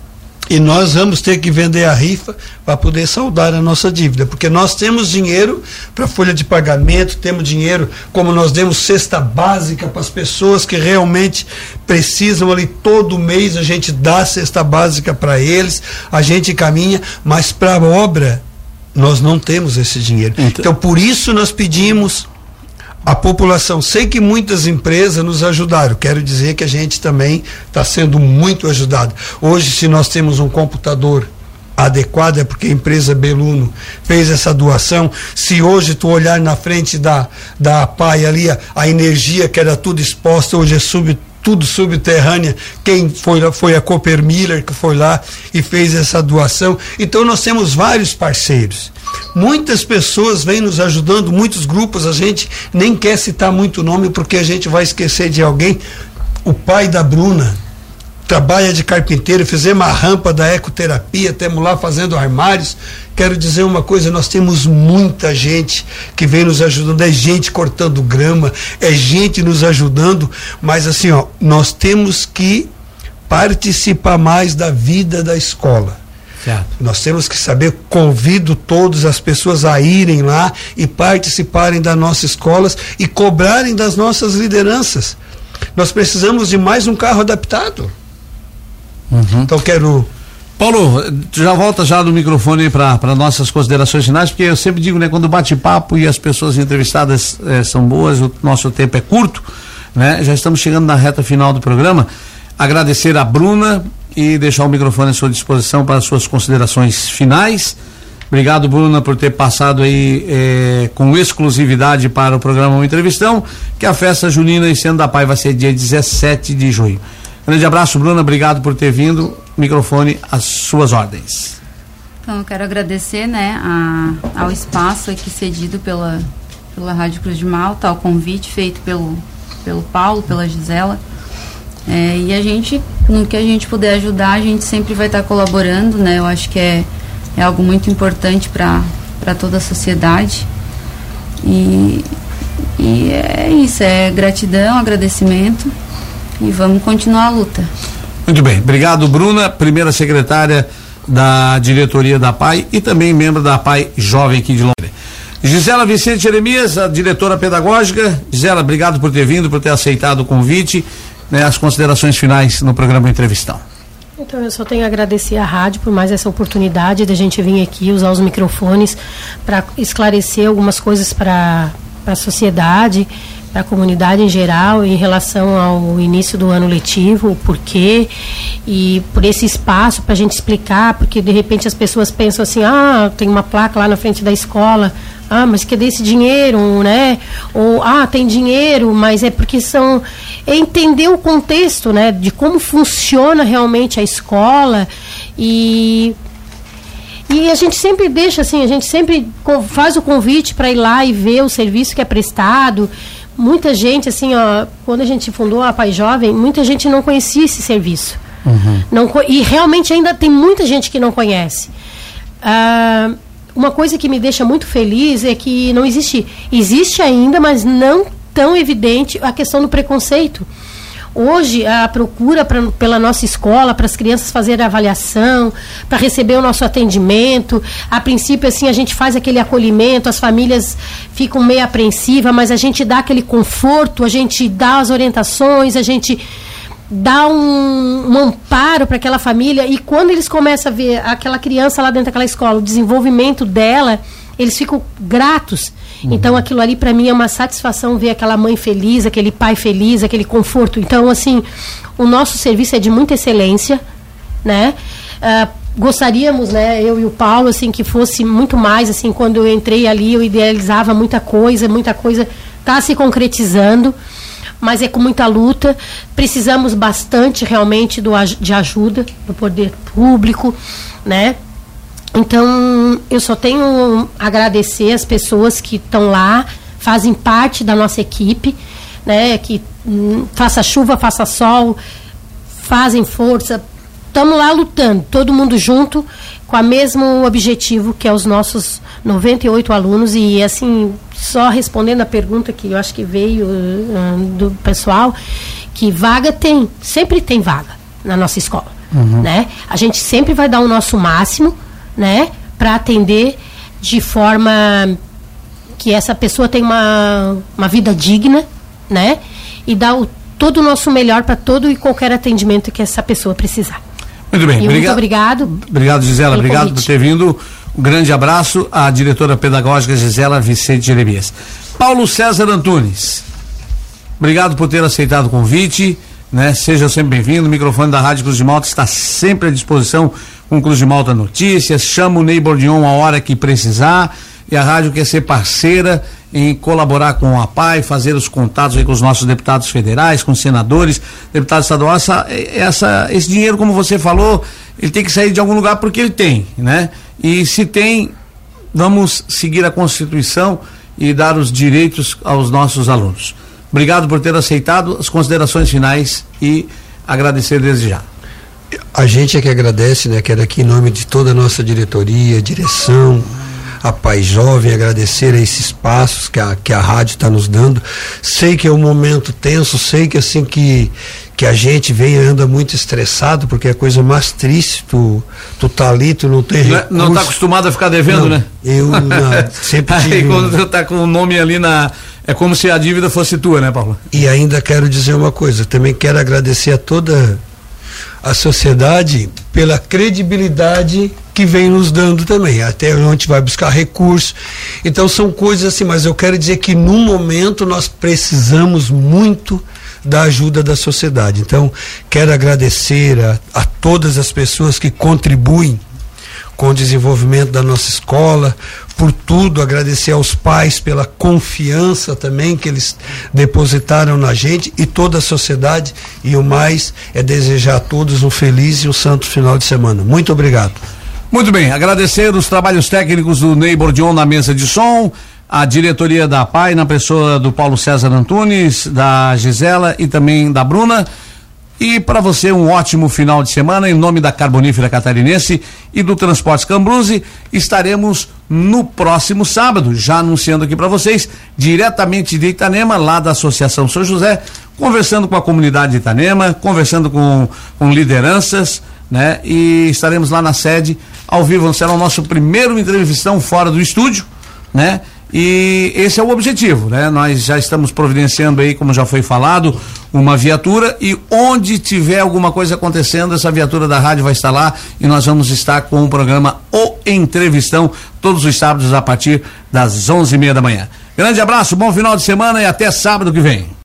E nós vamos ter que vender a rifa para poder saldar a nossa dívida, porque nós temos dinheiro para folha de pagamento, temos dinheiro, como nós demos cesta básica para as pessoas que realmente precisam ali, todo mês a gente dá cesta básica para eles, a gente caminha, mas para a obra nós não temos esse dinheiro. Então, então por isso nós pedimos a população. Sei que muitas empresas nos ajudaram, quero dizer que a gente também está sendo muito ajudado. Hoje, se nós temos um computador adequado, é porque a empresa Beluno fez essa doação. Se hoje tu olhar na frente da, da P A I ali, a, a energia que era tudo exposta, hoje é sub, tudo subterrânea, quem foi lá foi a Cooper Miller, que foi lá e fez essa doação. Então nós temos vários parceiros, muitas pessoas vêm nos ajudando, muitos grupos, a gente nem quer citar muito nome porque a gente vai esquecer de alguém. O pai da Bruna trabalha de carpinteiro, fizemos a rampa da ecoterapia, temos lá fazendo armários. Quero dizer uma coisa, nós temos muita gente que vem nos ajudando, é gente cortando grama, é gente nos ajudando, mas assim, ó, nós temos que participar mais da vida da escola. Certo. Nós temos que saber, convido todas as pessoas a irem lá e participarem das nossas escolas e cobrarem das nossas lideranças. Nós precisamos de mais um carro adaptado. Uhum. Então quero... Paulo, já volta já no microfone para nossas considerações finais, porque eu sempre digo, né, quando bate papo e as pessoas entrevistadas eh, são boas, o nosso tempo é curto, né? Já estamos chegando na reta final do programa. Agradecer a Bruna e deixar o microfone à sua disposição para as suas considerações finais. Obrigado, Bruna, por ter passado aí eh, com exclusividade para o programa Um Entrevistão, que a festa junina esse ano da P A I vai ser dia dezessete de junho. Grande abraço, Bruna, obrigado por ter vindo. Microfone às suas ordens. Então, eu quero agradecer, né, a, ao espaço aqui cedido pela, pela Rádio Cruz de Malta, ao convite feito pelo, pelo Paulo, pela Gisela. É, e a gente, no que a gente puder ajudar, a gente sempre vai estar colaborando, né? Eu acho que é, é algo muito importante para para toda a sociedade. E, e é isso, é gratidão, agradecimento. E vamos continuar a luta. Muito bem, obrigado, Bruna, primeira secretária da diretoria da P A I e também membro da P A I Jovem aqui de Londrina. Gisela Vicente Jeremias, a diretora pedagógica. Gisela, obrigado por ter vindo, por ter aceitado o convite, né, as considerações finais no programa Entrevistão. Então, eu só tenho a agradecer à rádio por mais essa oportunidade de a gente vir aqui usar os microfones para esclarecer algumas coisas para a sociedade, para a comunidade em geral, em relação ao início do ano letivo, o porquê, e por esse espaço para a gente explicar, porque de repente as pessoas pensam assim, ah, tem uma placa lá na frente da escola, ah, mas cadê esse dinheiro, né? Ou, ah, tem dinheiro, mas é porque são... É entender o contexto, né? De como funciona realmente a escola E E a gente sempre deixa assim, a gente sempre faz o convite para ir lá e ver o serviço que é prestado. Muita gente, assim, ó, quando a gente fundou a Pai Jovem, muita gente não conhecia esse serviço. Uhum. Não, e realmente ainda tem muita gente que não conhece. Ah, uma coisa que me deixa muito feliz é que não existe, existe ainda, mas não tão evidente a questão do preconceito. Hoje, a procura pra, pela nossa escola, para as crianças fazerem a avaliação, para receber o nosso atendimento, a princípio, assim, a gente faz aquele acolhimento, as famílias ficam meio apreensivas, mas a gente dá aquele conforto, a gente dá as orientações, a gente dá um, um amparo para aquela família, e quando eles começam a ver aquela criança lá dentro daquela escola, o desenvolvimento dela, eles ficam gratos. Uhum. Então aquilo ali para mim é uma satisfação ver aquela mãe feliz, aquele pai feliz, aquele conforto. Então, assim, o nosso serviço é de muita excelência, né? Uh, gostaríamos, né, eu e o Paulo, assim, que fosse muito mais, assim, quando eu entrei ali eu idealizava muita coisa, muita coisa está se concretizando, mas é com muita luta. Precisamos bastante realmente do, de ajuda do poder público, né? Então, eu só tenho a agradecer as pessoas que estão lá, fazem parte da nossa equipe, né, que hum, faça chuva, faça sol, fazem força. Estamos lá lutando, todo mundo junto, com o mesmo objetivo, que é os nossos noventa e oito alunos. E, assim, só respondendo a pergunta que eu acho que veio uh, do pessoal, que vaga tem, sempre tem vaga na nossa escola. Uhum. Né? A gente sempre vai dar o nosso máximo, né, para atender de forma que essa pessoa tenha uma, uma vida digna, né, e dar o, todo o nosso melhor para todo e qualquer atendimento que essa pessoa precisar. Muito bem, e obrigado. Muito obrigado. Obrigado, Gisela, obrigado convite. por ter vindo. Um grande abraço à diretora pedagógica Gisela Vicente Jeremias. Paulo César Antunes, obrigado por ter aceitado o convite, né? Seja sempre bem-vindo. O microfone da Rádio Cruz de Malta está sempre à disposição com Cruz de Malta Notícias. Chama o Ney Bordion a hora que precisar, e a rádio quer ser parceira em colaborar com a P A I, fazer os contatos aí com os nossos deputados federais, com os senadores, deputados estaduais. Essa, essa, esse dinheiro, como você falou, ele tem que sair de algum lugar porque ele tem, né? E se tem, vamos seguir a Constituição e dar os direitos aos nossos alunos. Obrigado por ter aceitado. As considerações finais e agradecer desde já. A gente é que agradece, né? Quero aqui em nome de toda a nossa diretoria, direção, a Pai Jovem, agradecer a esses passos que a, que a rádio está nos dando. Sei que é um momento tenso, sei que assim que, que a gente vem e anda muito estressado, porque é a coisa mais triste, tu, tu tá ali, tu não tem recurso. Não está acostumado a ficar devendo, não, né? Eu não, sempre tive. Aí quando tu tá com o nome ali na... É como se a dívida fosse tua, né, Paulo? E ainda quero dizer uma coisa, também quero agradecer a toda a sociedade pela credibilidade que vem nos dando também, até onde a gente vai buscar recursos. Então são coisas assim, mas eu quero dizer que num momento nós precisamos muito da ajuda da sociedade. Então quero agradecer a, a todas as pessoas que contribuem com o desenvolvimento da nossa escola, por tudo, agradecer aos pais pela confiança também que eles depositaram na gente e toda a sociedade, e o mais é desejar a todos um feliz e um santo final de semana. Muito obrigado. Muito bem, agradecer os trabalhos técnicos do Ney Bordion na mesa de som, a diretoria da P A I na pessoa do Paulo César Antunes, da Gisela e também da Bruna. E para você um ótimo final de semana. Em nome da Carbonífera Catarinense e do Transportes Cambruzzi, estaremos no próximo sábado, já anunciando aqui para vocês, diretamente de Itanema, lá da Associação São José, conversando com a comunidade de Itanema, conversando com, com lideranças, né? E estaremos lá na sede, ao vivo. Será o nosso primeiro entrevistão fora do estúdio, né? E esse é o objetivo, né? Nós já estamos providenciando aí, como já foi falado, uma viatura, e onde tiver alguma coisa acontecendo, essa viatura da rádio vai estar lá, e nós vamos estar com o programa O Entrevistão todos os sábados a partir das onze e meia da manhã. Grande abraço, bom final de semana e até sábado que vem.